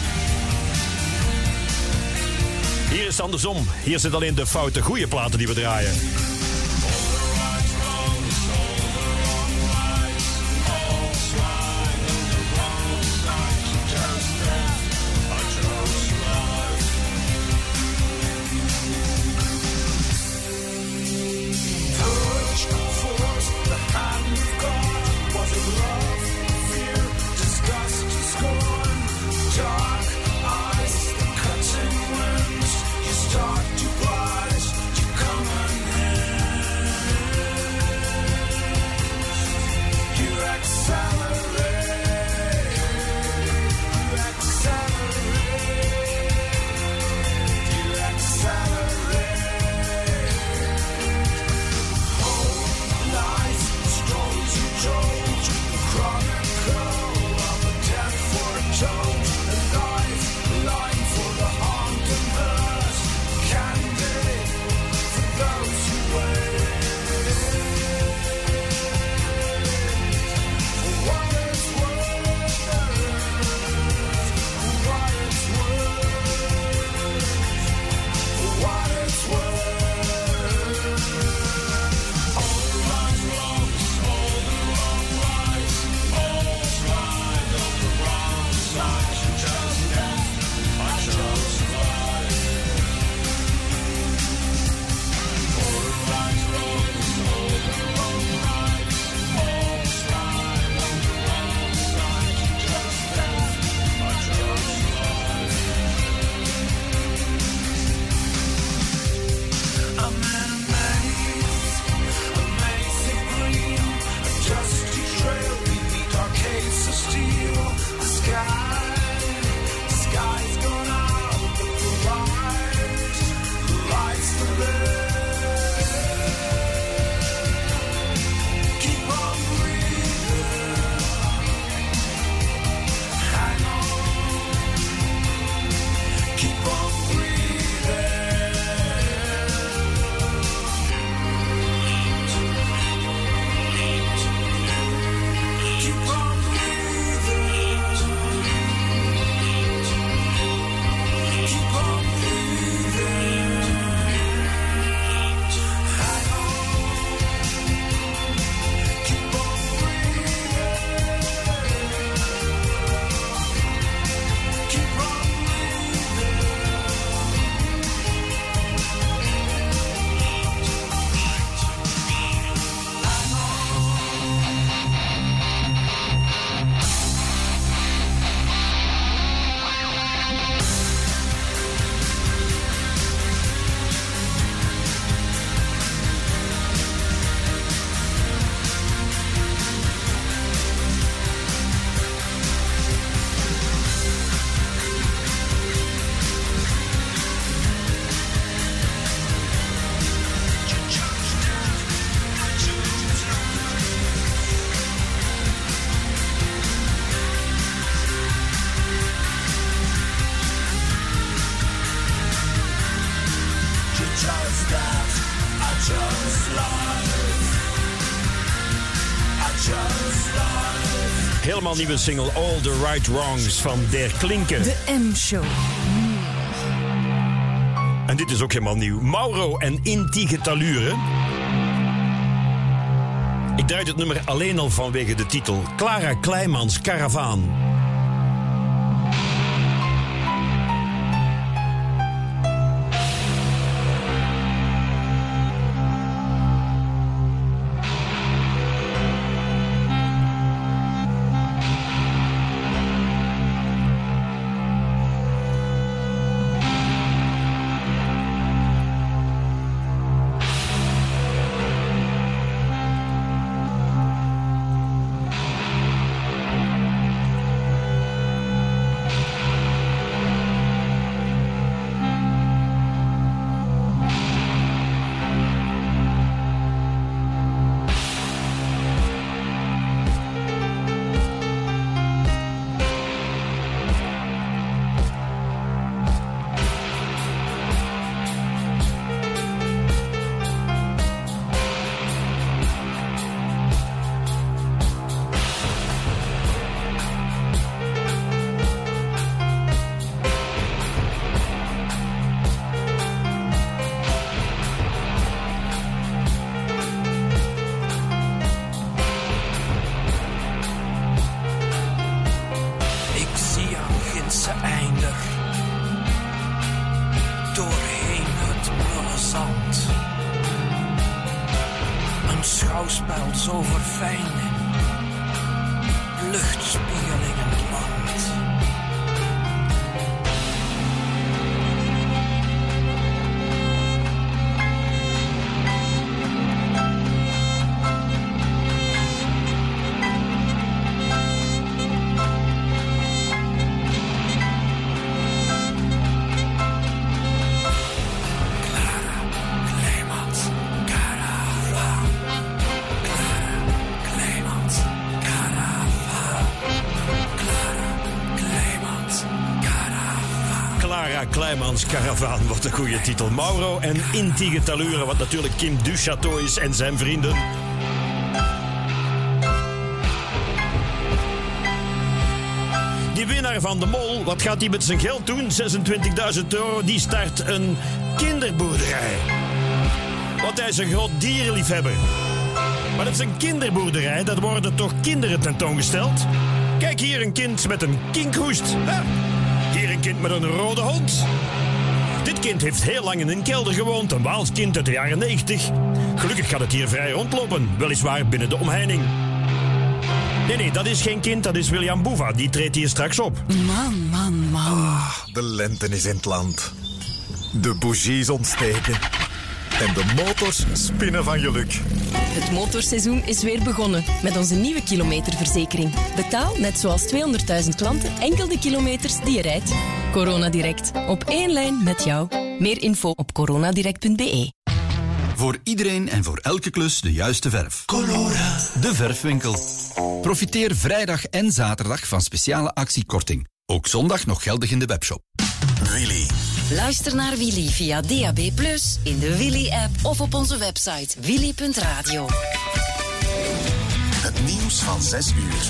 Hier is het andersom. Hier zit alleen de foute goede platen die we draaien. Helemaal nieuwe single All the Right Wrongs van Der Klinken. De M-show. En dit is ook helemaal nieuw. Mauro en Intige Taluren. Ik draai dit nummer alleen al vanwege de titel. Clara Kleimans, Karavaan. Sarah Kleimans Caravaan, wat een goede titel. Mauro en Intige Taluren, wat natuurlijk Kim Duchateau is en zijn vrienden. Die winnaar van de Mol, wat gaat hij met zijn geld doen? zesentwintigduizend euro, die start een kinderboerderij. Want hij is een groot dierenliefhebber. Maar dat is een kinderboerderij, dat worden toch kinderen tentoongesteld? Kijk, hier een kind met een kinkhoest. Ha? Hier een kind met een rode hond. Dit kind heeft heel lang in een kelder gewoond, een Waals kind uit de jaren negentig. Gelukkig gaat het hier vrij rondlopen, weliswaar binnen de omheining. Nee, nee, dat is geen kind, dat is William Boeva. Die treedt hier straks op. Man, man, man. Ah, de lente is in het land. De bougies ontsteken. En de motors spinnen van geluk. Het motorseizoen is weer begonnen met onze nieuwe kilometerverzekering. Betaal, net zoals tweehonderdduizend klanten, enkel de kilometers die je rijdt. Corona Direct. Op één lijn met jou. Meer info op coronadirect punt b e. Voor iedereen en voor elke klus de juiste verf. Colora. De verfwinkel. Profiteer vrijdag en zaterdag van speciale actiekorting. Ook zondag nog geldig in de webshop. Willy. Luister naar Willy via D A B plus, in de Willy-app of op onze website willy punt radio. Het nieuws van zes uur.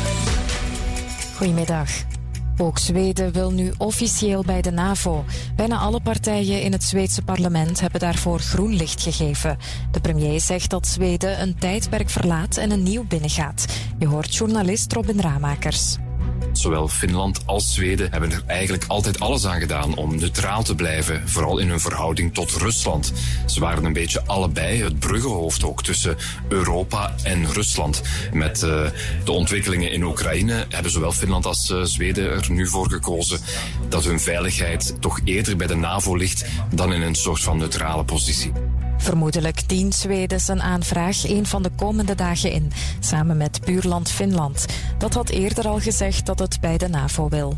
Goedemiddag. Ook Zweden wil nu officieel bij de NAVO. Bijna alle partijen in het Zweedse parlement hebben daarvoor groen licht gegeven. De premier zegt dat Zweden een tijdperk verlaat en een nieuw binnengaat. Je hoort journalist Robin Ramakers. Zowel Finland als Zweden hebben er eigenlijk altijd alles aan gedaan om neutraal te blijven, vooral in hun verhouding tot Rusland. Ze waren een beetje allebei het bruggenhoofd ook tussen Europa en Rusland. Met uh, de ontwikkelingen in Oekraïne hebben zowel Finland als uh, Zweden er nu voor gekozen dat hun veiligheid toch eerder bij de NAVO ligt dan in een soort van neutrale positie. Vermoedelijk dient Zweden zijn aanvraag een van de komende dagen in, samen met buurland Finland. Dat had eerder al gezegd dat het bij de NAVO wil.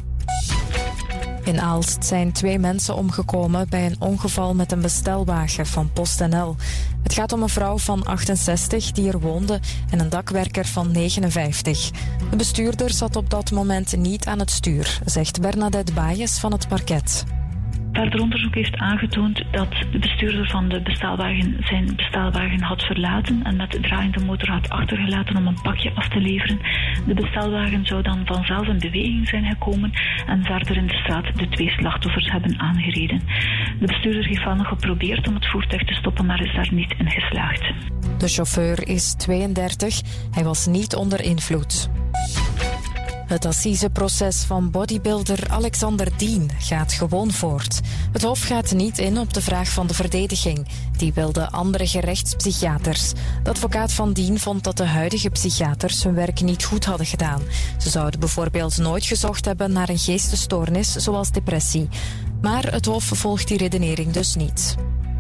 In Aalst zijn twee mensen omgekomen bij een ongeval met een bestelwagen van PostNL. Het gaat om een vrouw van achtenzestig die er woonde en een dakwerker van negenenvijftig. De bestuurder zat op dat moment niet aan het stuur, zegt Bernadette Baes van het parket. Verder onderzoek heeft aangetoond dat de bestuurder van de bestelwagen zijn bestelwagen had verlaten en met de draaiende motor had achtergelaten om een pakje af te leveren. De bestelwagen zou dan vanzelf in beweging zijn gekomen en verder in de straat de twee slachtoffers hebben aangereden. De bestuurder heeft wel nog geprobeerd om het voertuig te stoppen, maar is daar niet in geslaagd. De chauffeur is tweeëndertig. Hij was niet onder invloed. Het assiseproces van bodybuilder Alexander Dien gaat gewoon voort. Het Hof gaat niet in op de vraag van de verdediging. Die wilde andere gerechtspsychiaters. De advocaat van Dien vond dat de huidige psychiaters hun werk niet goed hadden gedaan. Ze zouden bijvoorbeeld nooit gezocht hebben naar een geestesstoornis zoals depressie. Maar het Hof volgt die redenering dus niet.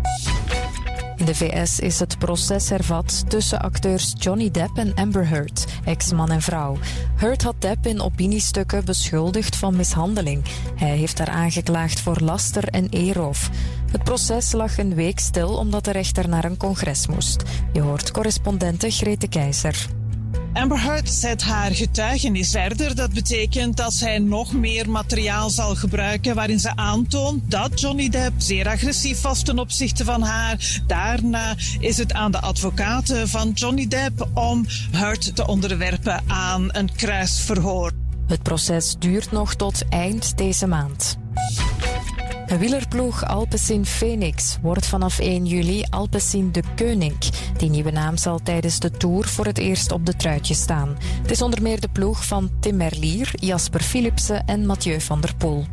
In de V S is het proces hervat tussen acteurs Johnny Depp en Amber Heard, ex-man en vrouw. Heard had Depp in opiniestukken beschuldigd van mishandeling. Hij heeft haar aangeklaagd voor laster en eerroof. Het proces lag een week stil omdat de rechter naar een congres moest. Je hoort correspondente Grete Keizer. Amber Heard zet haar getuigenis verder. Dat betekent dat zij nog meer materiaal zal gebruiken waarin ze aantoont dat Johnny Depp zeer agressief was ten opzichte van haar. Daarna is het aan de advocaten van Johnny Depp om Heard te onderwerpen aan een kruisverhoor. Het proces duurt nog tot eind deze maand. De wielerploeg Alpecin Phoenix wordt vanaf één juli Alpecin de Koning. Die nieuwe naam zal tijdens de Tour voor het eerst op de truitje staan. Het is onder meer de ploeg van Tim Merlier, Jasper Philipsen en Mathieu van der Poel.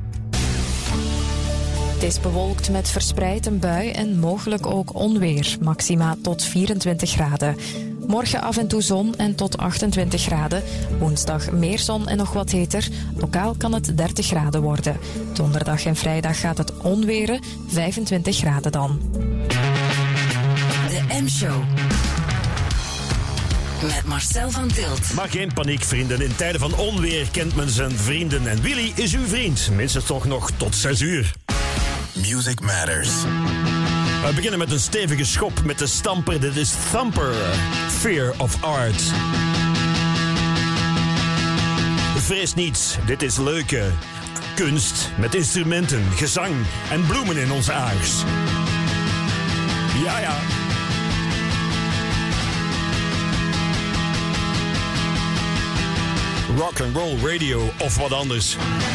Het is bewolkt met verspreid een bui en mogelijk ook onweer, maxima tot vierentwintig graden. Morgen af en toe zon en tot achtentwintig graden. Woensdag meer zon en nog wat heter. Lokaal kan het dertig graden worden. Donderdag en vrijdag gaat het onweren, vijfentwintig graden dan. De M-show. Met Marcel van Tilt. Maar geen paniek, vrienden. In tijden van onweer kent men zijn vrienden. En Willy is uw vriend. Minstens toch nog tot zes uur. Music Matters. We beginnen met een stevige schop met de stamper. Dit is Thumper. Fear of Art. Vrees niets. Dit is leuke Kunst met instrumenten, gezang en bloemen in onze aars. Ja, ja. Rock and roll radio of wat anders.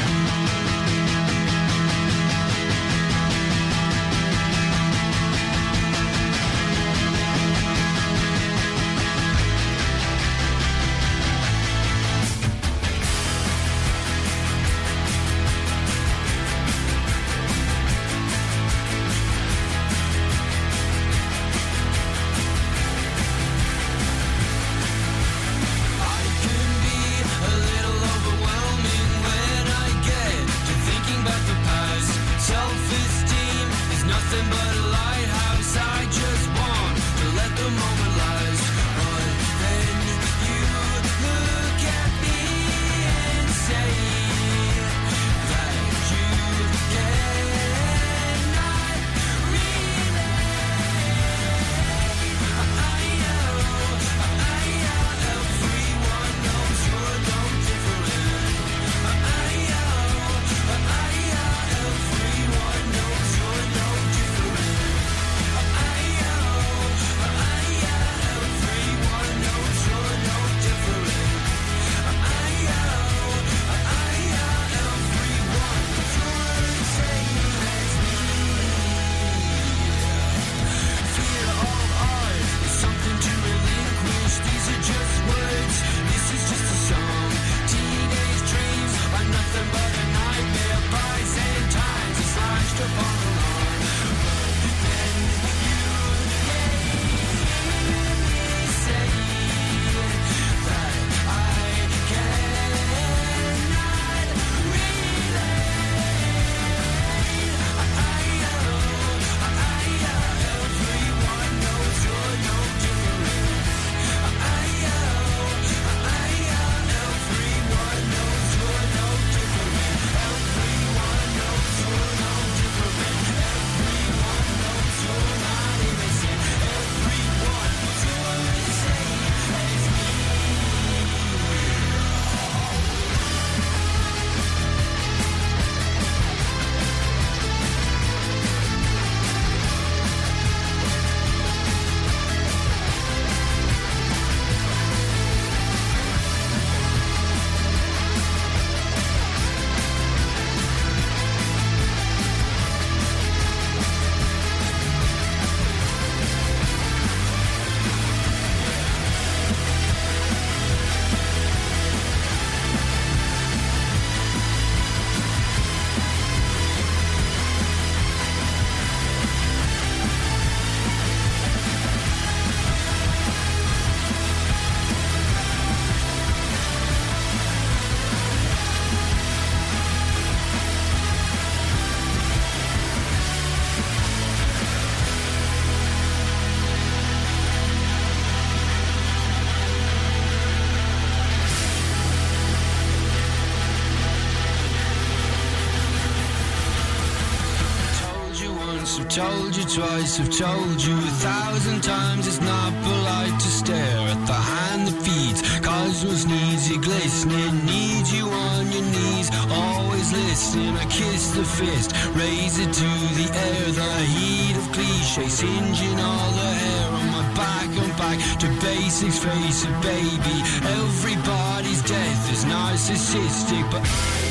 told you twice, I've told you a thousand times. It's not polite to stare at the hand that feeds. Cosmos needs you glistening, needs you on your knees. Always listening, I kiss the fist, raise it to the air. The heat of cliche, singeing all the hair on my back. I'm back to basics, face it, baby. Everybody's death is narcissistic, but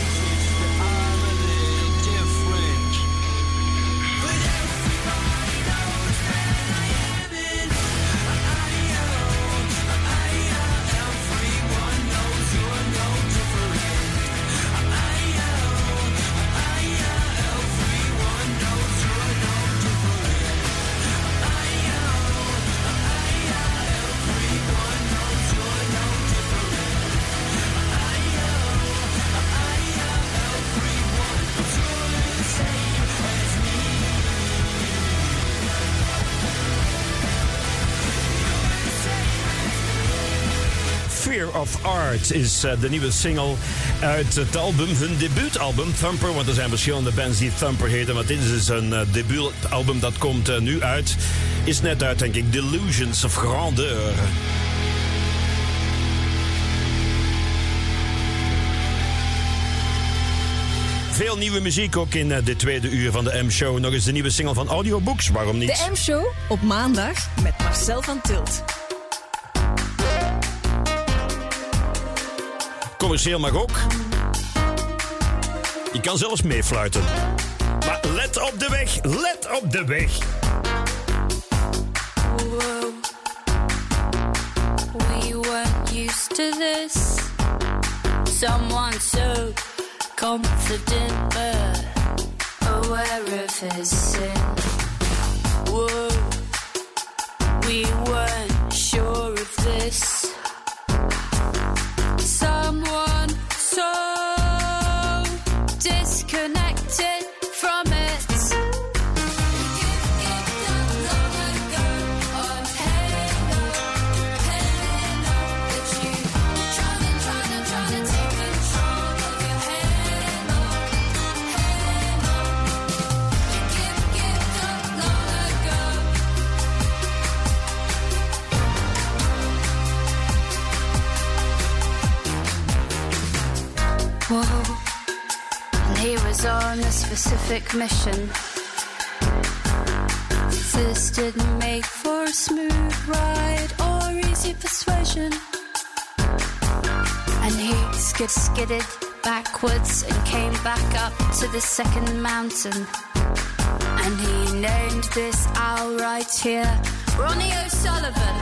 of Art is uh, de nieuwe single uit het album, hun debuutalbum Thumper, want er zijn verschillende bands die Thumper heten, maar dit is dus een uh, debuutalbum dat komt uh, nu uit, is net uit denk ik, Delusions of Grandeur. Veel nieuwe muziek ook in de tweede uur van de M-show. Nog eens de nieuwe single van Audiobooks, waarom niet? De M-show op maandag met Marcel van Tilt. Commercieel mag ook. Je kan zelfs meefluiten. Maar let op de weg, let op de weg. Whoa. We weren't used to this. Someone so confident but aware of his sin. Whoa. We weren't sure of this. Someone so disconnected from it. Whoa. And he was on a specific mission. This didn't make for a smooth ride or easy persuasion. And he skid skidded backwards and came back up to the second mountain. And he named this owl right here Ronnie O'Sullivan.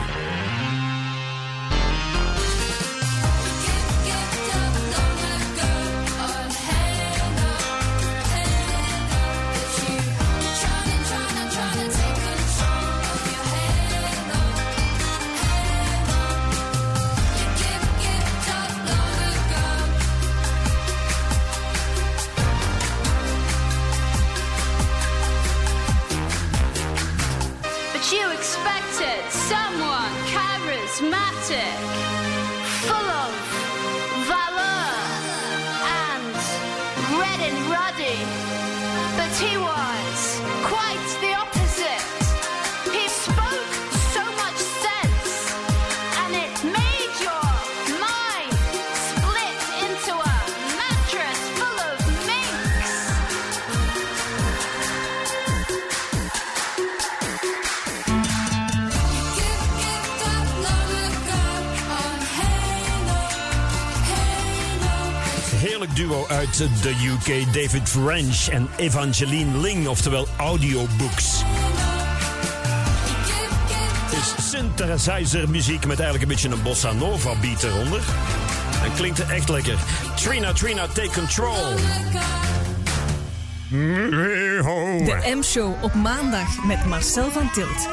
You expected someone charismatic, full of valor and red and ruddy, but he was quite the opposite. He spoke so much sense, and it made your mind split into a mattress full of minks. Heerlijk duo uit de U K, David French en Evangeline Ling, oftewel Audiobooks. Het is synthesizer muziek met eigenlijk een beetje een bossa nova beat eronder. En klinkt echt lekker. Trina, Trina, take control. De M-show op maandag met Marcel van Tilt.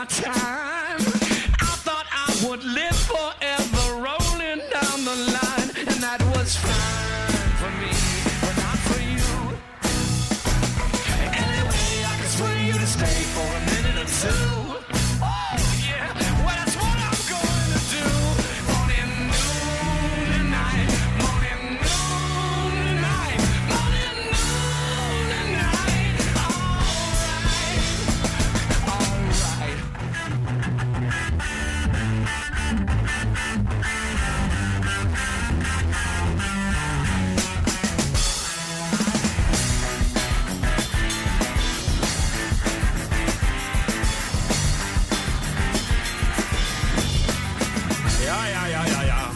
my time. I thought I would live forever, rolling down the line, and that was fine for me, but not for you. Anyway, I can sway you to stay for a minute or two. Oh yeah, well that's what I'm going to do. Morning, noon, and night. Morning, noon, and night. Morning, noon, and night. All right, all right. Ja, ja, ja, ja, ja.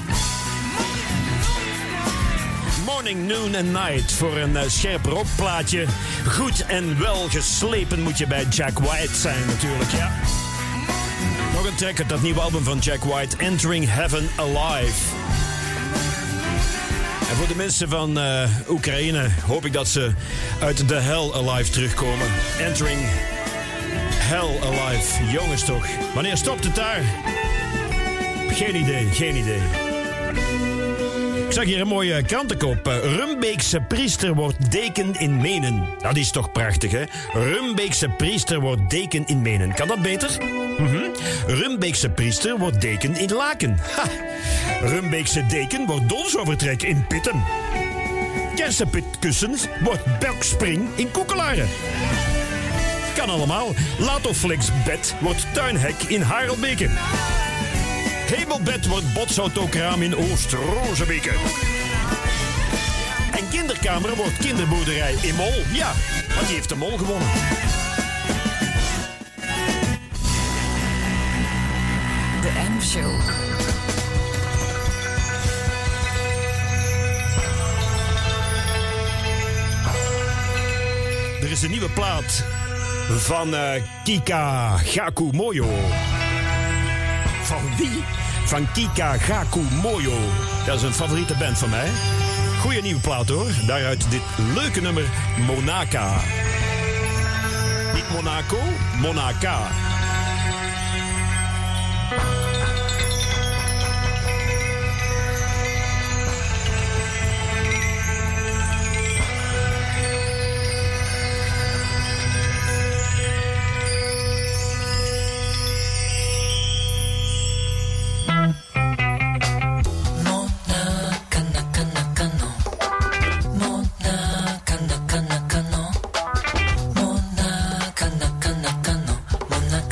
Morning, noon and night. Voor een uh, scherp rockplaatje. Goed en wel geslepen moet je bij Jack White zijn natuurlijk, ja. Nog een track uit dat nieuwe album van Jack White, Entering Heaven Alive. En voor de mensen van uh, Oekraïne hoop ik dat ze uit de Hell Alive terugkomen. Entering Hell Alive. Jongens toch. Wanneer stopt het daar? Geen idee, geen idee. Ik zag hier een mooie krantenkop. Rumbeekse priester wordt deken in Menen. Dat is toch prachtig, hè? Rumbeekse priester wordt deken in Menen. Kan dat beter? Mm-hmm. Rumbeekse priester wordt deken in Laken. Ha. Rumbeekse deken wordt donsоvertrek in Pitten. Kersenpitkussens wordt belkspring in Koekelaren. Kan allemaal. Latoflex bed wordt tuinhek in Harelbeke. Hemelbed wordt botsautokraam in Oost-Rozebeke. En kinderkamer wordt kinderboerderij in Mol. Ja, want die heeft de Mol gewonnen. De M-show. Er is een nieuwe plaat van uh, Kika Gaku Moyo. Van wie? Van Kika Gaku Moyo. Dat is een favoriete band van mij. Goeie nieuwe plaat hoor. Daaruit dit leuke nummer Monaka. Niet Monaco, Monaka. Mona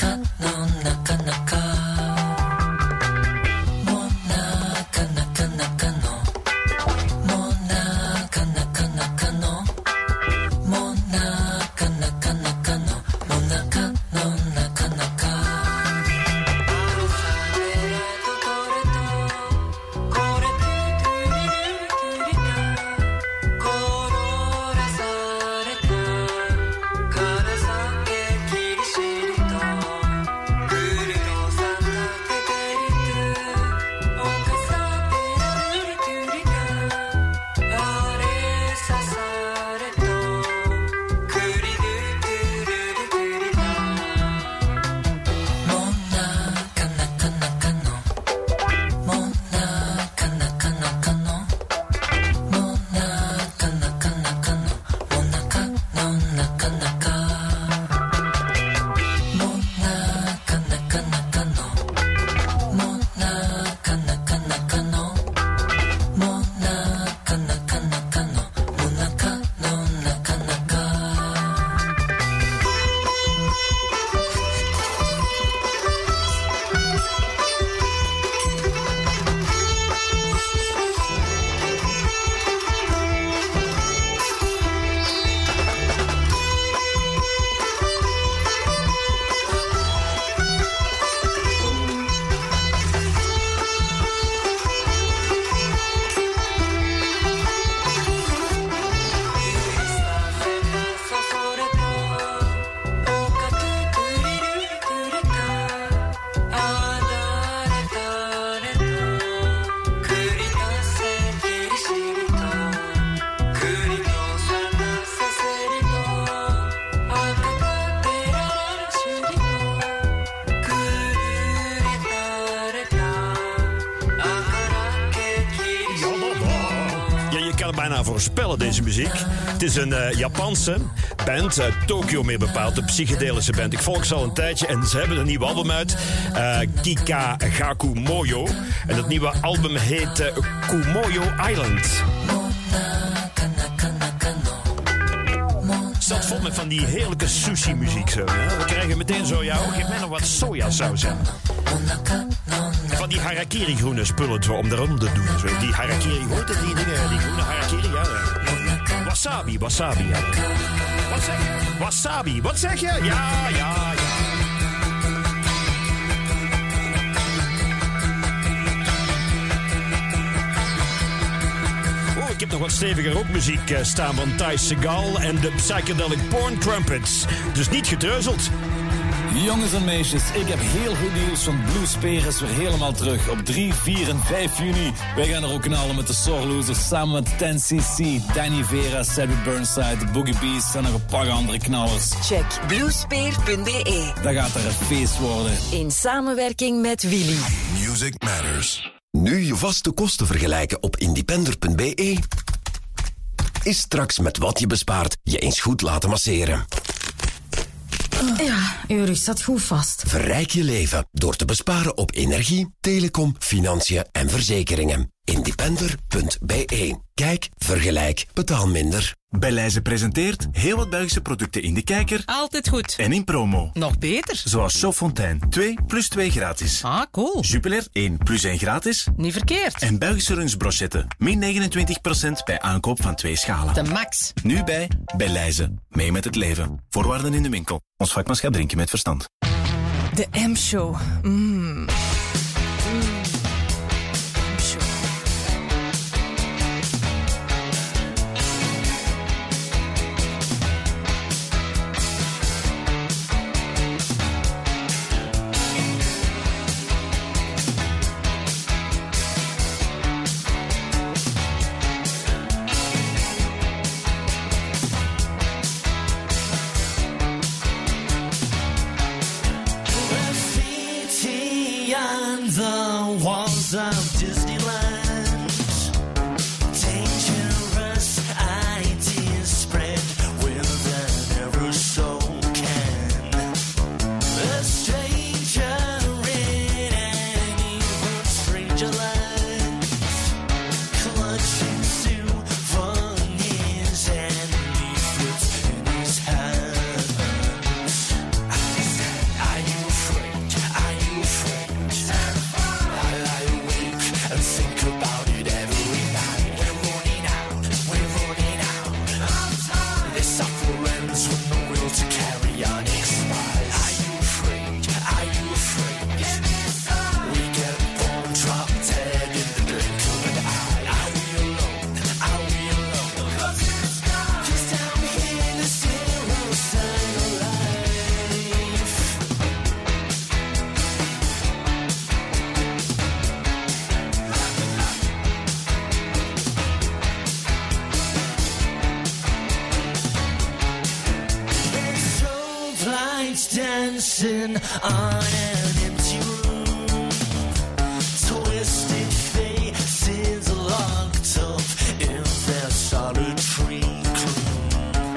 kan het bijna voorspellen, deze muziek. Het is een uh, Japanse band, uit Tokio meer bepaald, een psychedelische band. Ik volg ze al een tijdje en ze hebben een nieuw album uit, uh, Kikagaku Moyo. En dat nieuwe album heet uh, Kumoyo Island. Het staat vol met van die heerlijke sushi-muziek zo. Ja? We krijgen meteen zo, ja, geef mij nog wat sojasaus aan. En van die harakiri-groene spullen zo, om erom te doen. Zo. Die harakiri, hoe heet het, die dingen? Die groene harakiri, ja. Wasabi, wasabi, ja. Wat zeg je? Wasabi, wat zeg je? Ja, ja, ja. Ik heb nog wat steviger rockmuziek staan van Ty Segall en de Psychedelic Porn Trumpets. Dus niet getreuzeld. Jongens en meisjes, ik heb heel goed nieuws, van Blue Spear is weer helemaal terug op drie, vier en vijf juni. Wij gaan er ook knallen met de Sorlosers samen met ten C C, Danny Vera, Sabby Burnside, de Boogie Beasts en nog een paar andere knallers. Check bluespear punt b e. Dat gaat er een feest worden. In samenwerking met Willy. Music Matters. Nu je vaste kosten vergelijken op independer punt b e. Is straks met wat je bespaart je eens goed laten masseren. Ja, uw rug zat goed vast. Verrijk je leven door te besparen op energie, telecom, financiën en verzekeringen. independer punt b e. Kijk, vergelijk, betaal minder. Bijlijze presenteert heel wat Belgische producten in de kijker. Altijd goed. En in promo. Nog beter. Zoals Chauffontaine, twee plus twee gratis. Ah, cool. Jupiler, één plus één gratis. Niet verkeerd. En Belgische runtsbrochetten, min negenentwintig procent bij aankoop van twee schalen. De max. Nu bij Bijlijze. Mee met het leven. Voorwaarden in de winkel. Ons vakmanschap drinken met verstand. De M-show. Mmm. The walls of Disneyland, dangerous ideas spread with an aerosol can. A stranger in an even stranger land, clutching souvenirs and leaflets in his hands. I said, are you afraid? Are you afraid? And think about it every night. We're running out, we're running out. This suffer ends with no will to carry on expires. Are you afraid? Are you afraid? We get born, drop dead in the blink of an eye. Are we alone? Are we alone? Cause down here the zero sign of life. Lights dancing on an empty room, twisted faces locked up in their solitary gloom.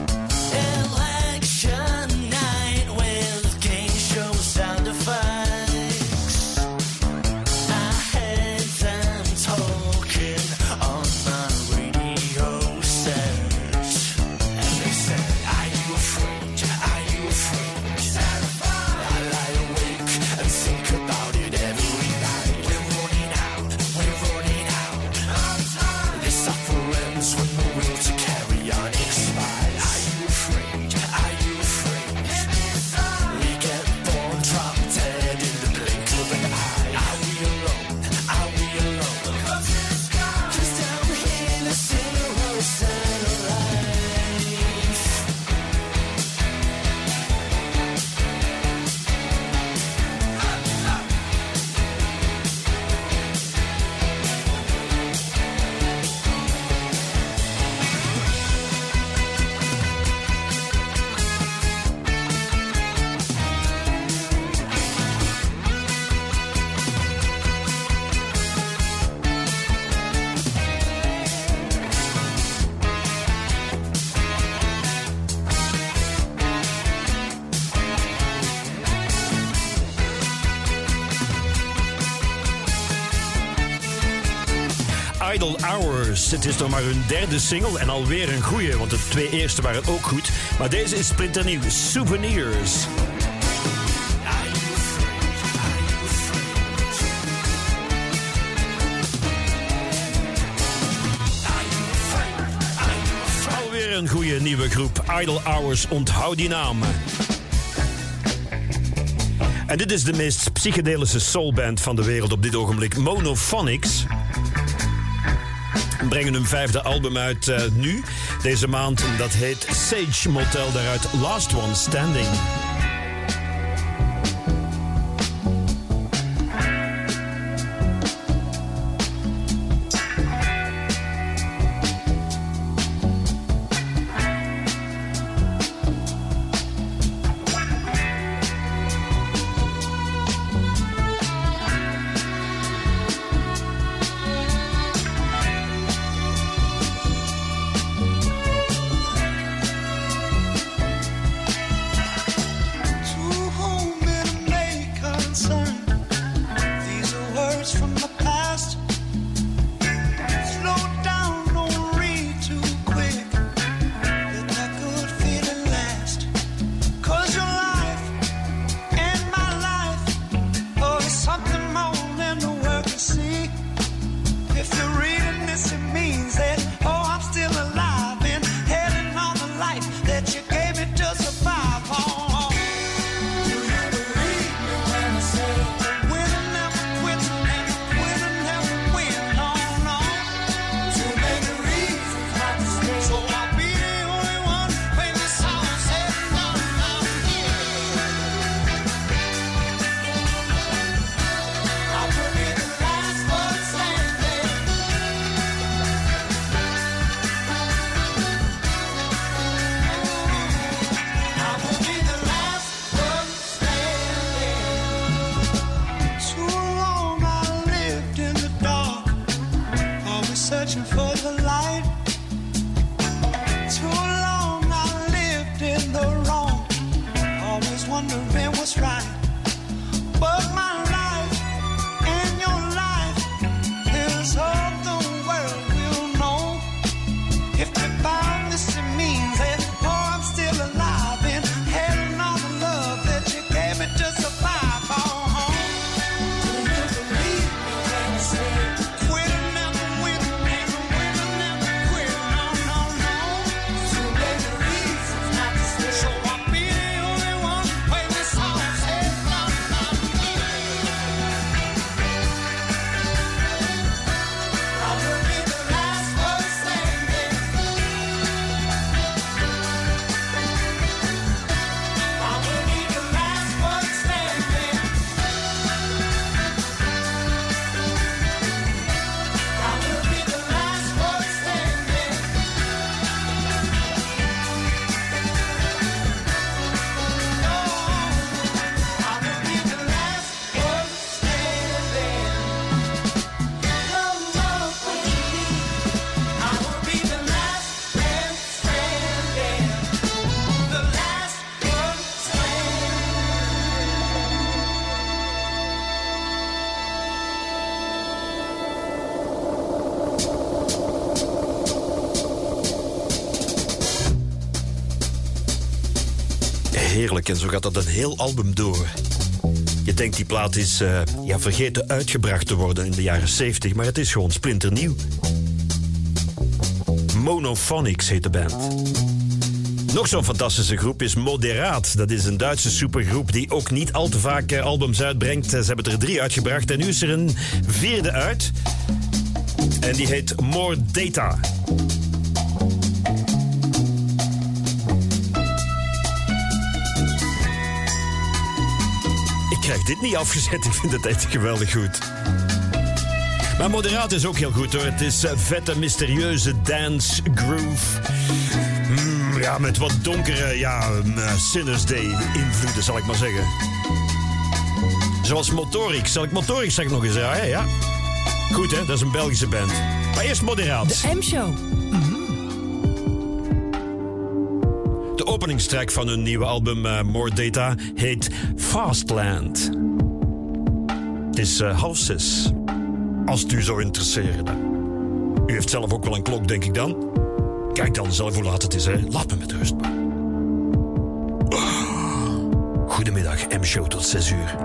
Election night with game show sound effects. I heard them talking on my radio set, and they said, are you afraid? Are you afraid? I lie awake Idle Hours. Het is nog maar hun derde single en alweer een goeie, want de twee eerste waren ook goed. Maar deze is splinternieuw, Souvenirs. Alweer een goeie nieuwe groep, Idle Hours, onthoud die naam. En dit is de meest psychedelische soulband van de wereld op dit ogenblik, Monophonics. Brengen hun vijfde album uit uh, nu, deze maand. En dat heet Sage Motel, daaruit Last One Standing. Heerlijk, en zo gaat dat een heel album door. Je denkt die plaat is uh, ja, vergeten uitgebracht te worden in de jaren zeventig, maar het is gewoon splinternieuw. Monophonics heet de band. Nog zo'n fantastische groep is Moderaat. Dat is een Duitse supergroep die ook niet al te vaak uh, albums uitbrengt. Ze hebben er drie uitgebracht en nu is er een vierde uit. En die heet More Data. Ik krijg dit niet afgezet, ik vind het echt geweldig goed. Maar Moderaat is ook heel goed hoor. Het is uh, vette, mysterieuze dance groove. Mm, ja, met wat donkere, ja, uh, Sinners Day invloeden, zal ik maar zeggen. Zoals Motorix. Zal ik Motorix zeg ik nog eens draaien, ja? Goed hè, dat is een Belgische band. Maar eerst Moderaat. De M-show. De openingstrack van hun nieuwe album uh, More Data heet Fastland. Het is uh, half zes. Als het u zou interesseren. U heeft zelf ook wel een klok, denk ik dan. Kijk dan zelf hoe laat het is, hè. Laat me met rust. Goedemiddag, M-show tot zes uur.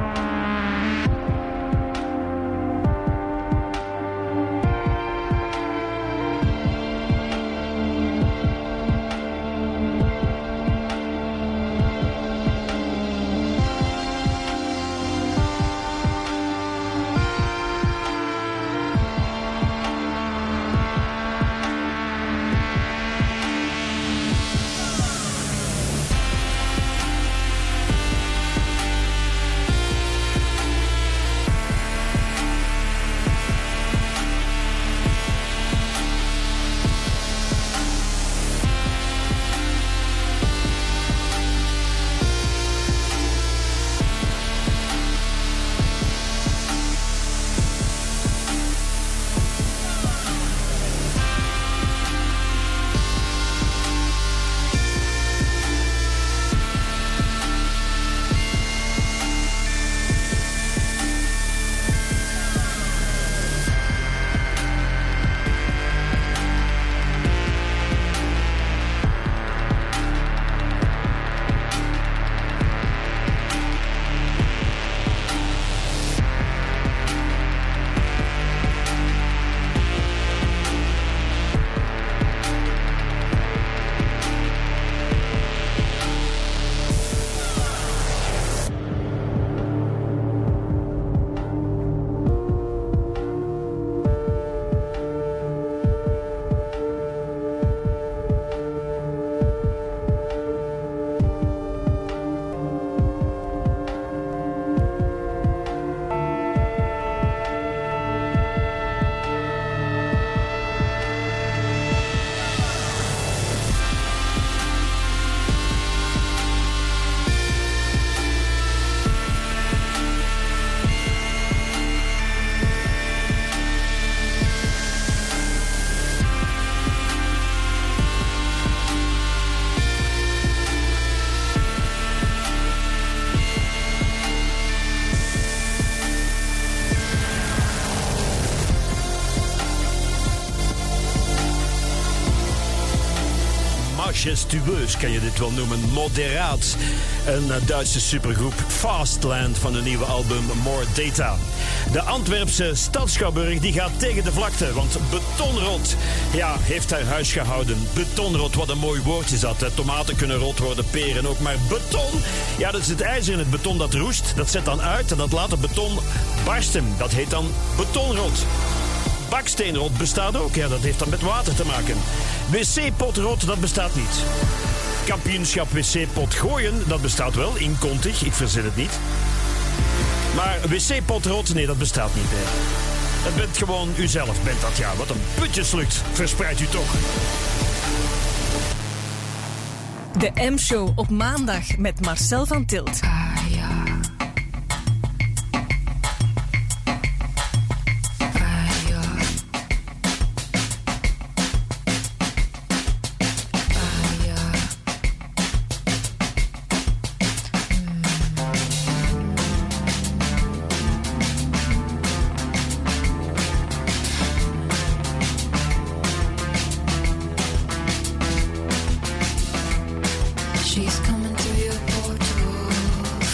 Majestueus kan je dit wel noemen. Moderaat. Een uh, Duitse supergroep. Fastland van hun nieuwe album More Data. De Antwerpse Stadschouwburg die gaat tegen de vlakte. Want betonrot ja, heeft haar huis gehouden. Betonrot, wat een mooi woord is dat. Hè. Tomaten kunnen rot worden, peren ook. Maar beton, ja, dat is het ijzer in het beton dat roest. Dat zet dan uit en dat laat het beton barsten. Dat heet dan betonrot. Baksteenrot bestaat ook. Ja, dat heeft dan met water te maken. W C-potrot, dat bestaat niet. Kampioenschap W C-pot gooien, dat bestaat wel. Inkontig, ik verzin het niet. Maar W C-potrot, nee, dat bestaat niet. Nee. Dat bent gewoon uzelf, bent dat, ja. Wat een putjeslucht verspreidt u toch. De M-show op maandag met Marcel van Tilt. Ah, ja. She's coming through your portal.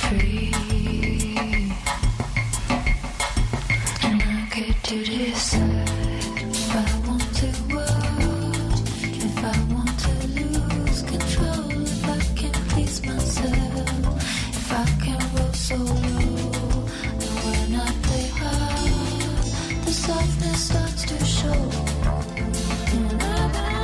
free. And I get to decide if I want to watch, if I want to lose control, if I can please myself, if I can roll so low, then when I play hard, the softness starts to show. And I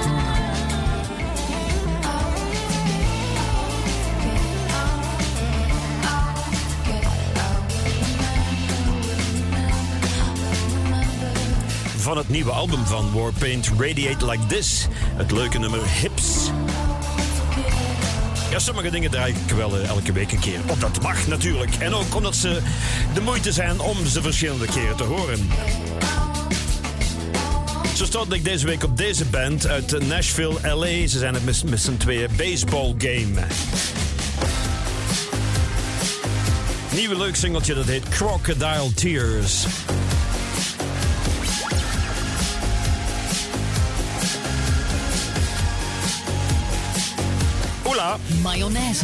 van het nieuwe album van Warpaint, Radiate Like This. Het leuke nummer Hips. Ja, sommige dingen draai ik wel uh, elke week een keer. Of dat mag natuurlijk. En ook omdat ze de moeite zijn om ze verschillende keren te horen. Zo stond ik deze week op deze band uit Nashville, L A. Ze zijn het met, met z'n tweeën Baseball Game. Nieuwe leuk singeltje, dat heet Crocodile Tears. Oela. Mayonaise.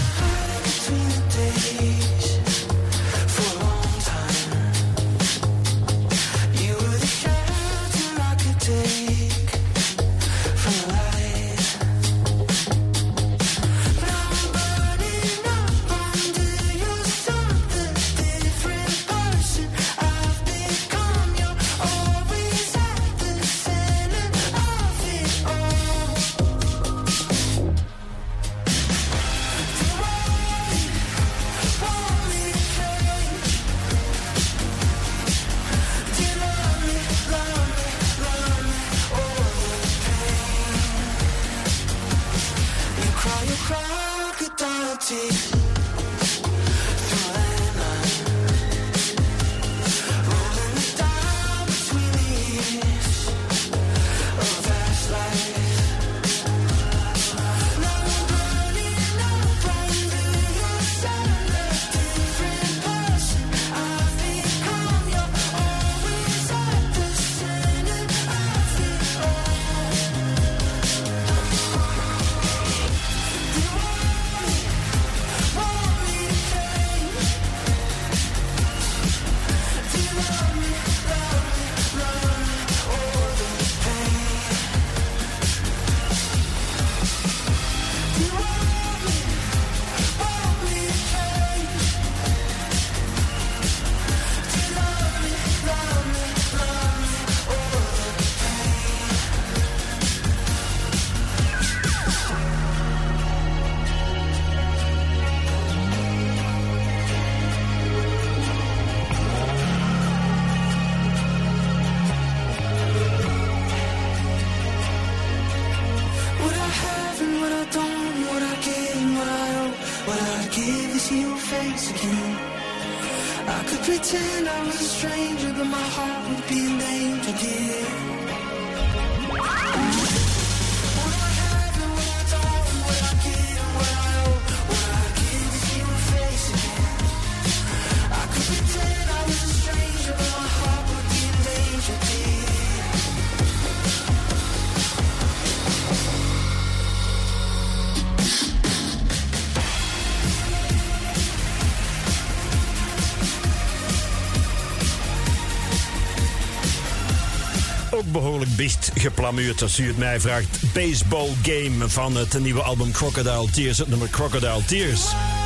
Behoorlijk best geplamuurd als u het mij vraagt. Baseball Game van het nieuwe album Crocodile Tears. Het nummer Crocodile Tears.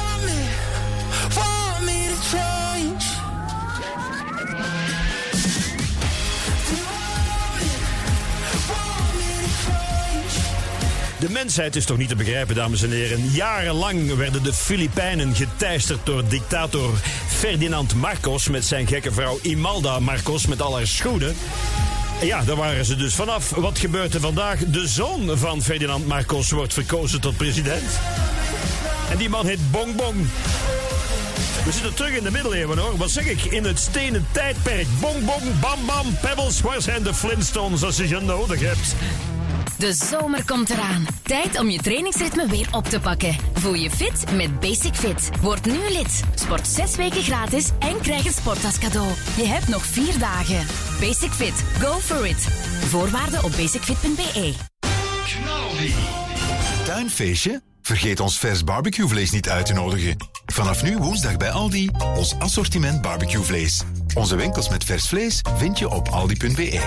De mensheid is toch niet te begrijpen, dames en heren. Jarenlang werden de Filipijnen geteisterd door dictator Ferdinand Marcos met zijn gekke vrouw Imelda Marcos met al haar schoenen. Ja, daar waren ze dus vanaf. Wat gebeurt er vandaag? De zoon van Ferdinand Marcos wordt verkozen tot president. En die man heet Bong Bong. We zitten terug in de middeleeuwen, hoor. Wat zeg ik? In het stenen tijdperk. Bong Bong, bam bam, pebbles. Waar zijn de Flintstones als je ze nodig hebt? De zomer komt eraan. Tijd om je trainingsritme weer op te pakken. Voel je fit met Basic Fit. Word nu lid. Sport zes weken gratis en krijg een sporttas cadeau. Je hebt nog vier dagen. Basic Fit. Go for it. Voorwaarden op basicfit punt be. Tuinfeestje? Vergeet ons vers barbecuevlees niet uit te nodigen. Vanaf nu woensdag bij Aldi, ons assortiment barbecuevlees. Onze winkels met vers vlees vind je op aldi punt be.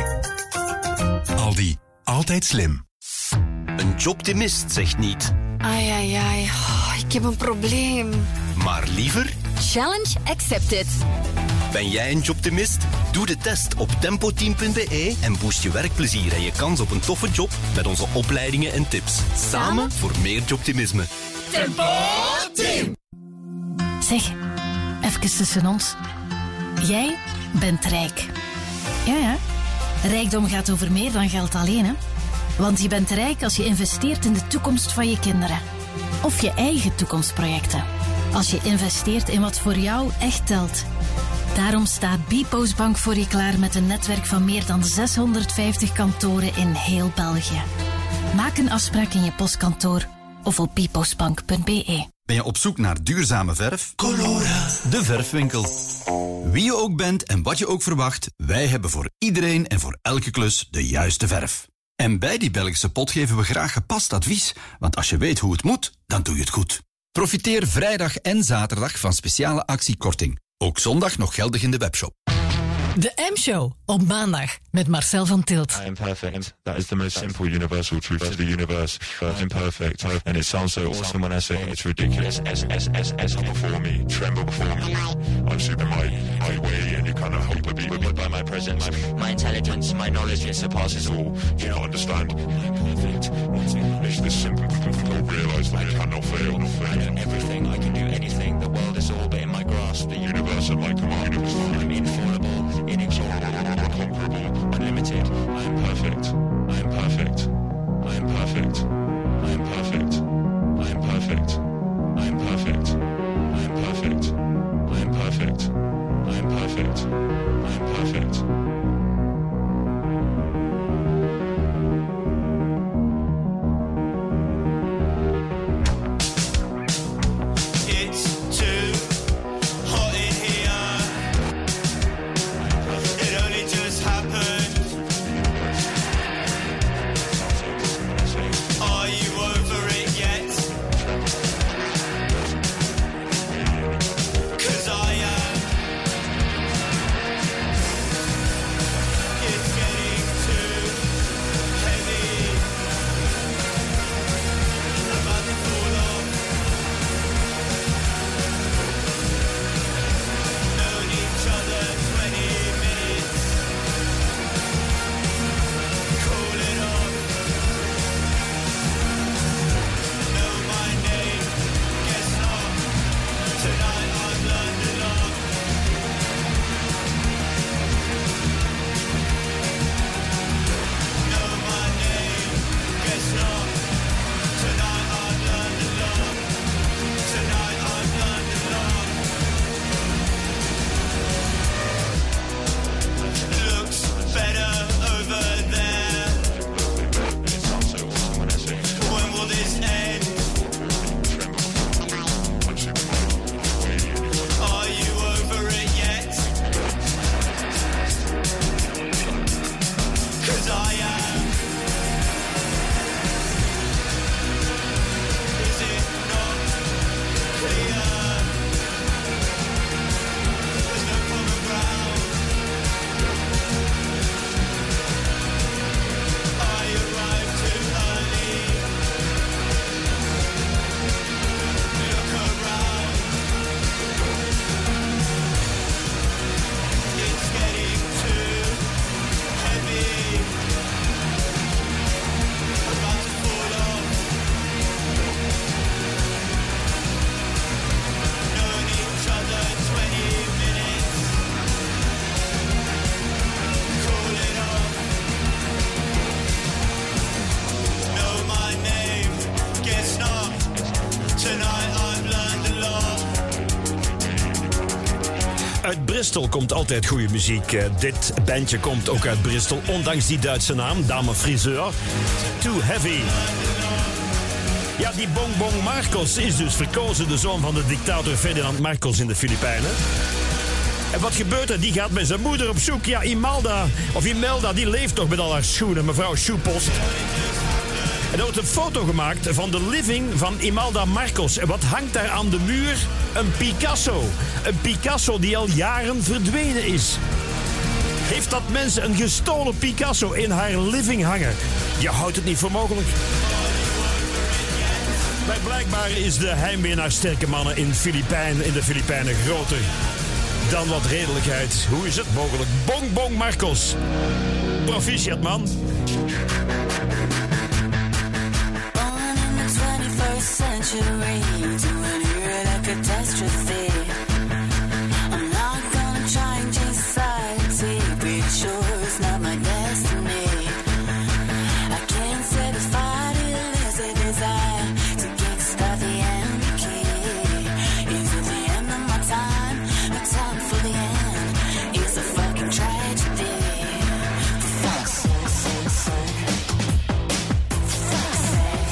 Aldi, altijd slim. Een jobtimist zegt niet, Ai, ai, ai. Oh, ik heb een probleem. maar liever... Challenge accepted. Ben jij een jobtimist? Doe de test op tempoteam punt be en boost je werkplezier en je kans op een toffe job met onze opleidingen en tips. Samen voor meer jobtimisme. Tempo Team. Zeg, even tussen ons. Jij bent rijk. Ja, ja. Rijkdom gaat over meer dan geld alleen, hè. Want je bent rijk als je investeert in de toekomst van je kinderen. Of je eigen toekomstprojecten. Als je investeert in wat voor jou echt telt. Daarom staat bpost Bank voor je klaar met een netwerk van meer dan zeshonderdvijftig kantoren in heel België. Maak een afspraak in je postkantoor of op bpostbank punt be. Ben je op zoek naar duurzame verf? Colora. De verfwinkel. Wie je ook bent en wat je ook verwacht, wij hebben voor iedereen en voor elke klus de juiste verf. En bij die Belgische pot geven we graag gepast advies, want als je weet hoe het moet, dan doe je het goed. Profiteer vrijdag en zaterdag van speciale actiekorting. Ook zondag nog geldig in de webshop. De M-show op maandag met Marcel van Tilt. I am perfect. That is the most simple universal truth to the universe. I'm perfect. And it sounds so awesome when I say it. It's ridiculous. As, as, as, as I before me, tremble before me. I'm super my, my way and you kind of hope to be with by my presence. My, my intelligence, my knowledge, it surpasses all. You don't understand. I'm perfect. It's this simple. People realize that I cannot fail. I know everything. I can do anything. The world is all but in my grasp. The universe at my command. I'm infallible, inexorable, unconquerable, unlimited. I am perfect. I am perfect. I am perfect. I am perfect. I am perfect. I am perfect. I am perfect. I am perfect. I am perfect. I am perfect. Uit Bristol komt altijd goede muziek. Uh, dit bandje komt ook uit Bristol, ondanks die Duitse naam, Dame Friseur. Too Heavy. Ja, die Bongbong Marcos is dus verkozen de zoon van de dictator Ferdinand Marcos in de Filipijnen. En wat gebeurt er? Die gaat met zijn moeder op zoek. Ja, Imelda, of Imelda, die leeft toch met al haar schoenen, mevrouw Shoepost. En er wordt een foto gemaakt van de living van Imelda Marcos. En wat hangt daar aan de muur? Een Picasso. Een Picasso die al jaren verdwenen is. Heeft dat mens een gestolen Picasso in haar living hangen? Je houdt het niet voor mogelijk. Maar blijkbaar is de heimwee naar sterke mannen in, Filipijn, in de Filipijnen groter dan wat redelijkheid. Hoe is het mogelijk? Bong Bong Marcos. Proficiat, man. Born in the twenty-first century, doing it a catastrophe. I'm not gonna try and change society, pretty sure it's not my destiny. I can't satisfy the illicit desire to kickstart the anarchy. Is it the end of my time? A time for the end? It's a fucking tragedy. Fuck's sake, sake, sake. Fuck's sake.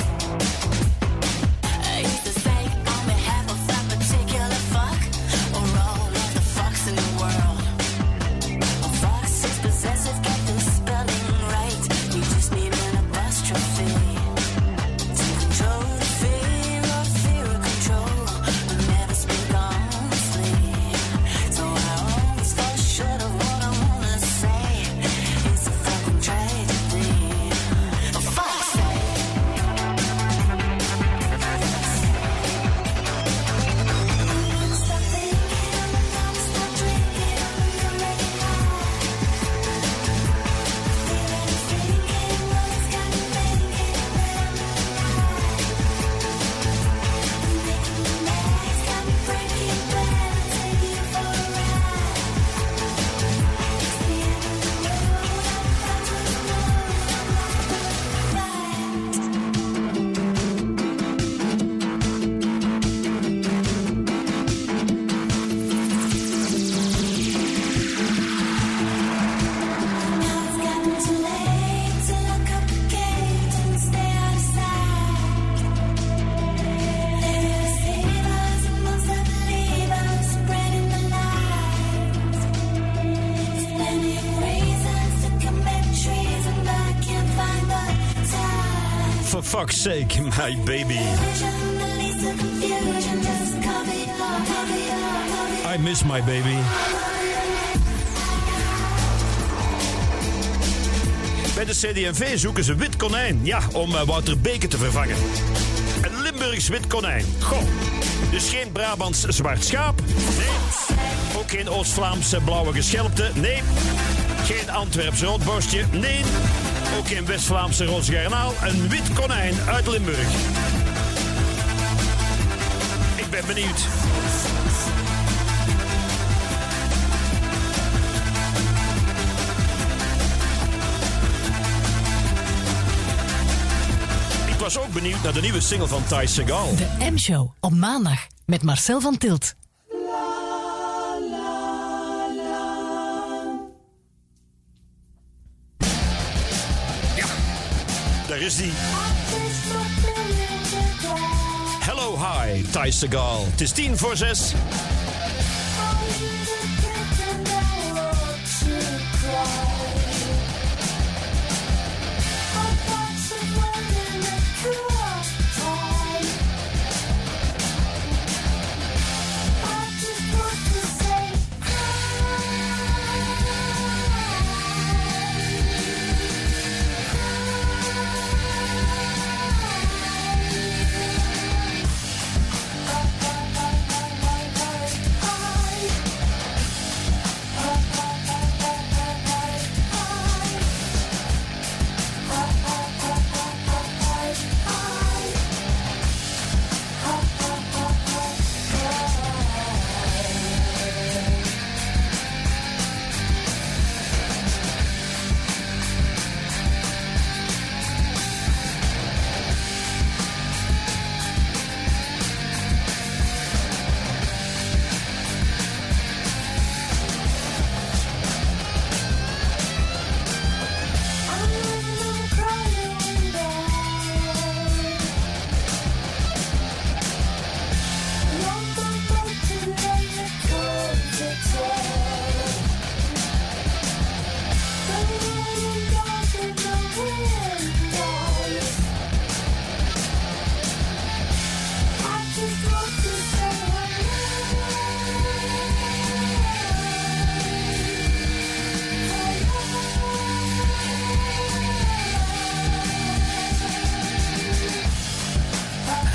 I used to say on behalf of that particular fuck, or all of the fucks in the world. A fox is possessive, get the spelling right. You just need an apostrophe to control the fear of fear of control. I never speak honestly, so I always fall short of what I wanna say. It's a fucking tragedy. For fuck's sake. Stop thinking, stop drinking, I'm already high. Thinking, well, it's got me thinking that I'm alive. Making me mad, it's got me breaking bad. I'll take you for a ride. It's the end of the road, I'm about to Now it's gotten too late to look up the gate and stay out of sight. They're deceivers amongst the believers, spreading the lies. There's plenty of reasons to commit treason, but I can't find the time. For fuck's sake, my baby. Confusion, the least of confusion, just cover it up, cover it up, cover it up. I miss my baby. Bij de C D en V zoeken ze wit konijn. Ja, om eh, Wouter Beke te vervangen. Een Limburgs wit konijn. Goh. Dus geen Brabants zwart schaap. Nee. Ook geen Oost-Vlaamse blauwe geschelpte. Nee. Geen Antwerps roodborstje. Nee. Ook geen West-Vlaamse roze garnaal. Een wit konijn uit Limburg. Ik ben benieuwd. Ik was ook benieuwd naar de nieuwe single van Ty Segall. De M-show op maandag met Marcel van Tilt. Daar is die. Hello, hi, Ty Segall. Het is tien voor zes.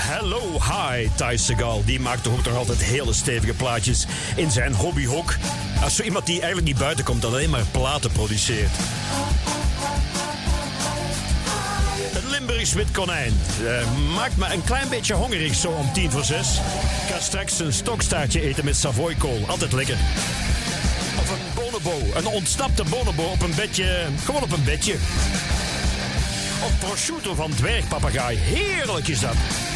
Hello, hi, Ty Segall. Die maakt toch ook nog altijd hele stevige plaatjes in zijn hobbyhok. Als zo iemand die eigenlijk niet buiten komt, dat alleen maar platen produceert. Het Limburgs wit konijn uh, maakt me een klein beetje hongerig zo om tien voor zes. Ik ga straks een stokstaartje eten met Savoykool. Altijd lekker. Of een bonobo, een ontsnapte bonobo op een bedje. Gewoon op een bedje. Of prosciutto van dwergpapagaai. Heerlijk is dat.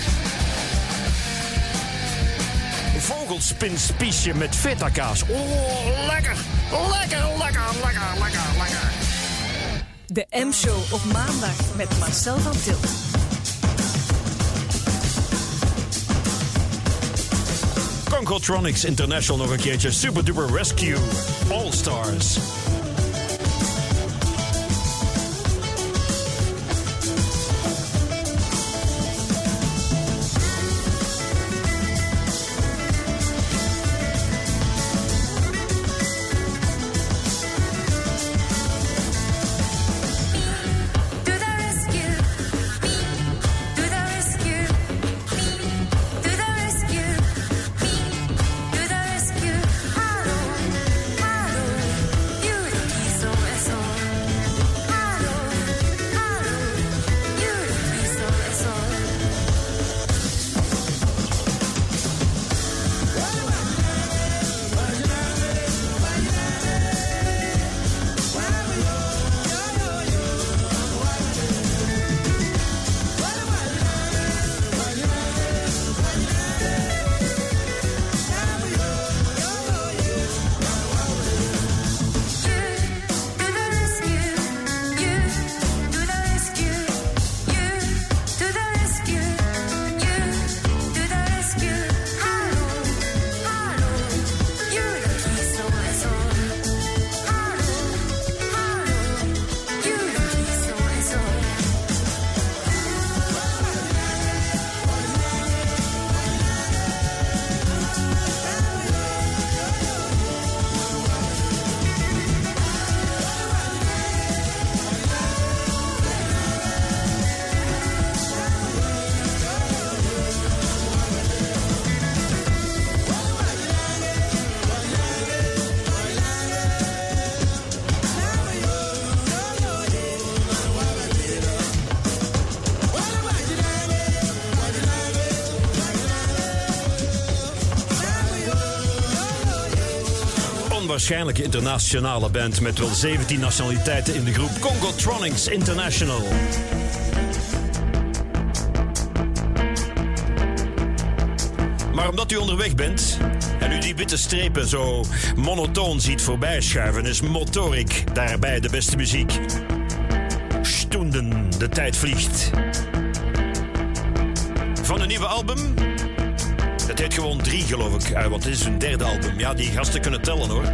Vogelspinspiesje met feta-kaas. Oh, lekker. Lekker, lekker, lekker, lekker, lekker. De M-show op maandag met Marcel van Tilt. Congotronics International nog een keertje. Super Duper Rescue. All Stars. Waarschijnlijke internationale band met wel zeventien nationaliteiten in de groep Congotronics International. Maar omdat u onderweg bent en u die witte strepen zo monotoon ziet voorbij schuiven, is Motorik daarbij de beste muziek. Stoenden, de tijd vliegt. Van een nieuwe album. Het heet gewoon drie, geloof ik. Uh, want het is hun derde album. Ja, die gasten kunnen tellen, hoor.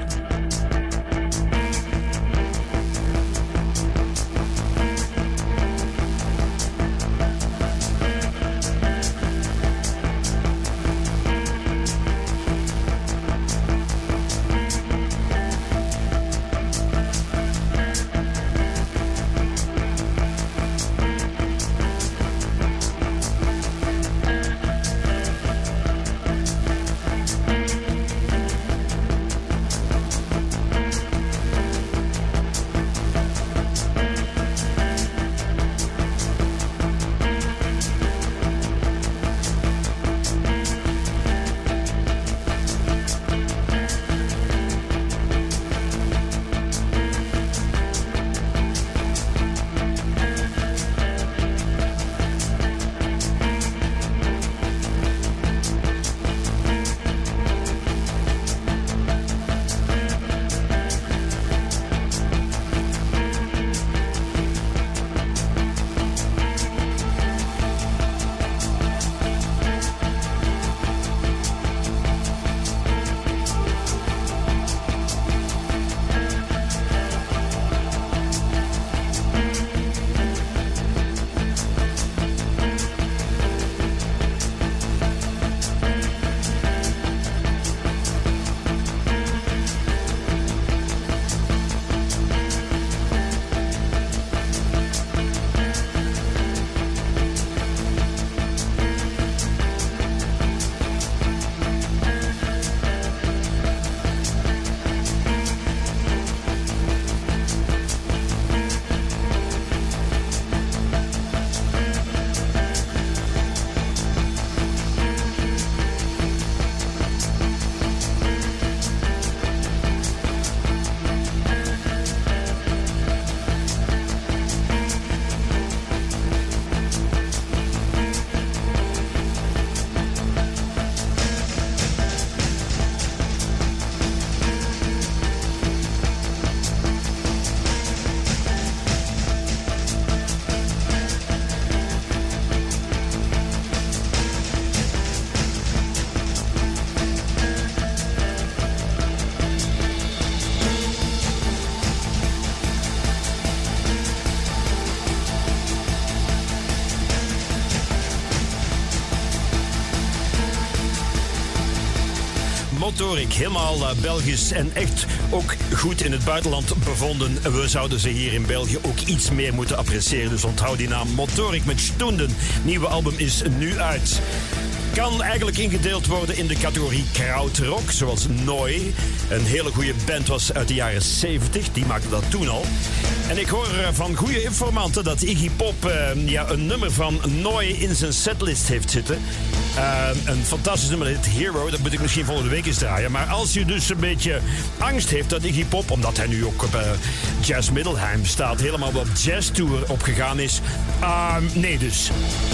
Motorik. Helemaal uh, Belgisch en echt ook goed in het buitenland bevonden. We zouden ze hier in België ook iets meer moeten appreciëren. Dus onthoud die naam Motorik met Stunden. Nieuwe album is nu uit. Kan eigenlijk ingedeeld worden in de categorie krautrock, zoals Noi. Een hele goede band was uit de jaren zeventig, die maakte dat toen al. En ik hoor van goede informanten dat Iggy Pop uh, ja, een nummer van Noi in zijn setlist heeft zitten. Uh, een fantastisch nummer, het Hero, dat moet ik misschien volgende week eens draaien. Maar als u dus een beetje angst heeft dat Iggy Pop, omdat hij nu ook op uh, Jazz Middelheim staat, helemaal op Jazz Tour opgegaan is, uh, nee dus.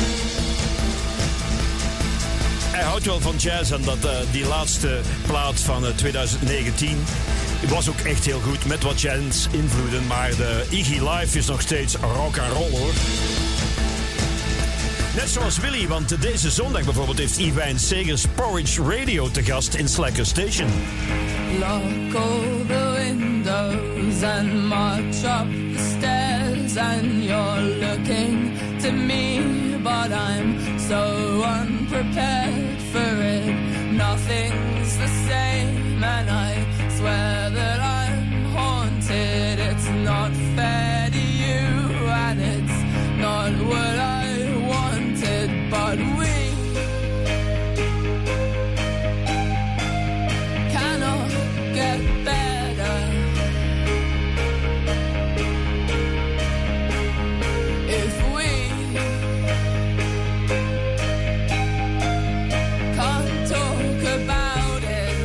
Hij houdt wel van jazz en dat, uh, die laatste plaat van uh, twintig negentien was ook echt heel goed met wat jazz invloeden. Maar de Iggy Live is nog steeds rock and roll hoor. Net zoals Willy, want deze zondag bijvoorbeeld heeft Iwijn Segers Porridge Radio te gast in Slacker Station. Lock all the windows and march up the stairs, and you're looking to me, but I'm so unprepared for it. Nothing's the same, and I swear that I'm haunted. It's not fair to you, and it's not what I wanted, but we cannot get better. If we can't talk about it,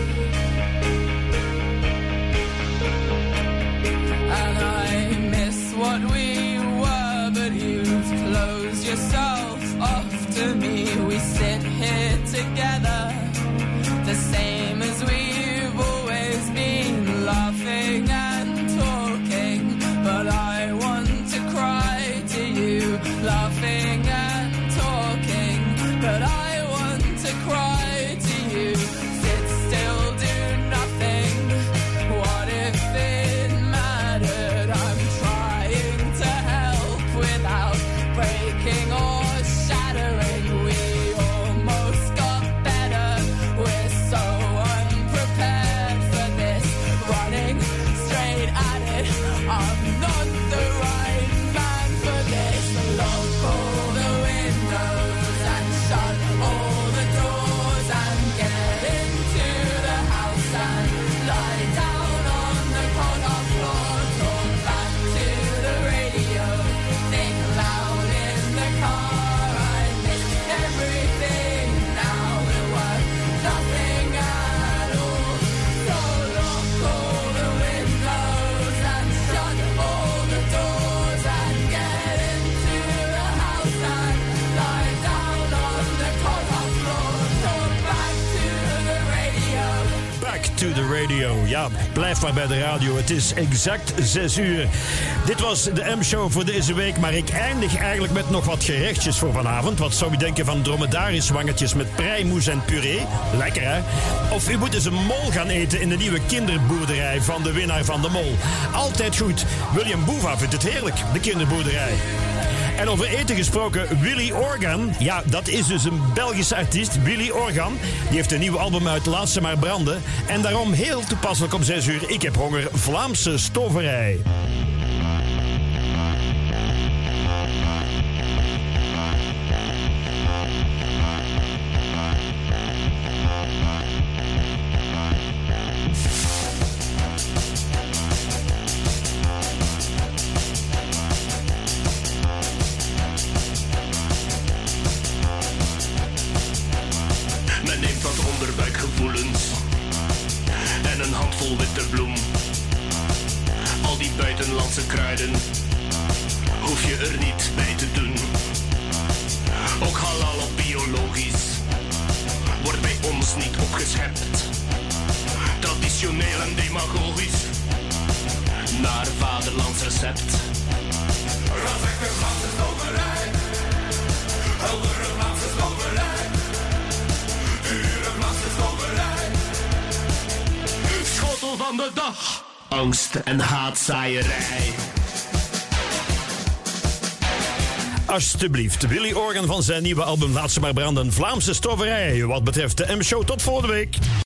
and I miss what we were, but you've closed yourself off to me. We sit here together, the same as we've always been, laughing and talking, but I want to cry to you, laughing and talking, but I want to cry to you. Sit still, do nothing. What if it mattered? I'm trying to help without breaking or shattering. We almost got better. We're so unprepared for this, running straight at it. I'm not the right man for this. Lock all the windows and shut all the doors and get into the house and lie down on the corner floor. Talk back to the radio, think loud in the car. I miss everything now, it was nothing at all. So lock all the windows and shut all the doors and get into the house and lie down on the corner floor. Talk back to the radio. Back to the radio. Ja, blijf maar bij de radio. Het is exact zes uur. Dit was de M-show voor deze week, maar ik eindig eigenlijk met nog wat gerechtjes voor vanavond. Wat zou u denken van dromedariswangetjes met preimoes en puree? Lekker, hè? Of u moet eens een mol gaan eten in de nieuwe kinderboerderij van de winnaar van de mol. Altijd goed. William Boeva vindt het heerlijk, de kinderboerderij. En over eten gesproken, Willy Organ. Ja, dat is dus een Belgische artiest, Willy Organ. Die heeft een nieuw album uit, Laat ze maar branden. En daarom heel toepasselijk om zes uur. Ik heb honger, Vlaamse stoverij. Men neemt wat onderbuikgevoelens en een handvol witte bloem. Al die buitenlandse kruiden hoef je er niet bij te doen. Ook halal of biologisch wordt bij ons niet opgeschept. Traditioneel en demagogisch naar vaderlands recept. Rasechte Vlaamse stoverij, heldere Vlaamse stoverij. Pure Vlaamse stoverij. Schotel van de dag. Angst en haatzaaierij. Alsjeblieft, Willy Organ van zijn nieuwe album Laat ze maar branden. Vlaamse stoverij. Wat betreft de M-show, tot volgende week.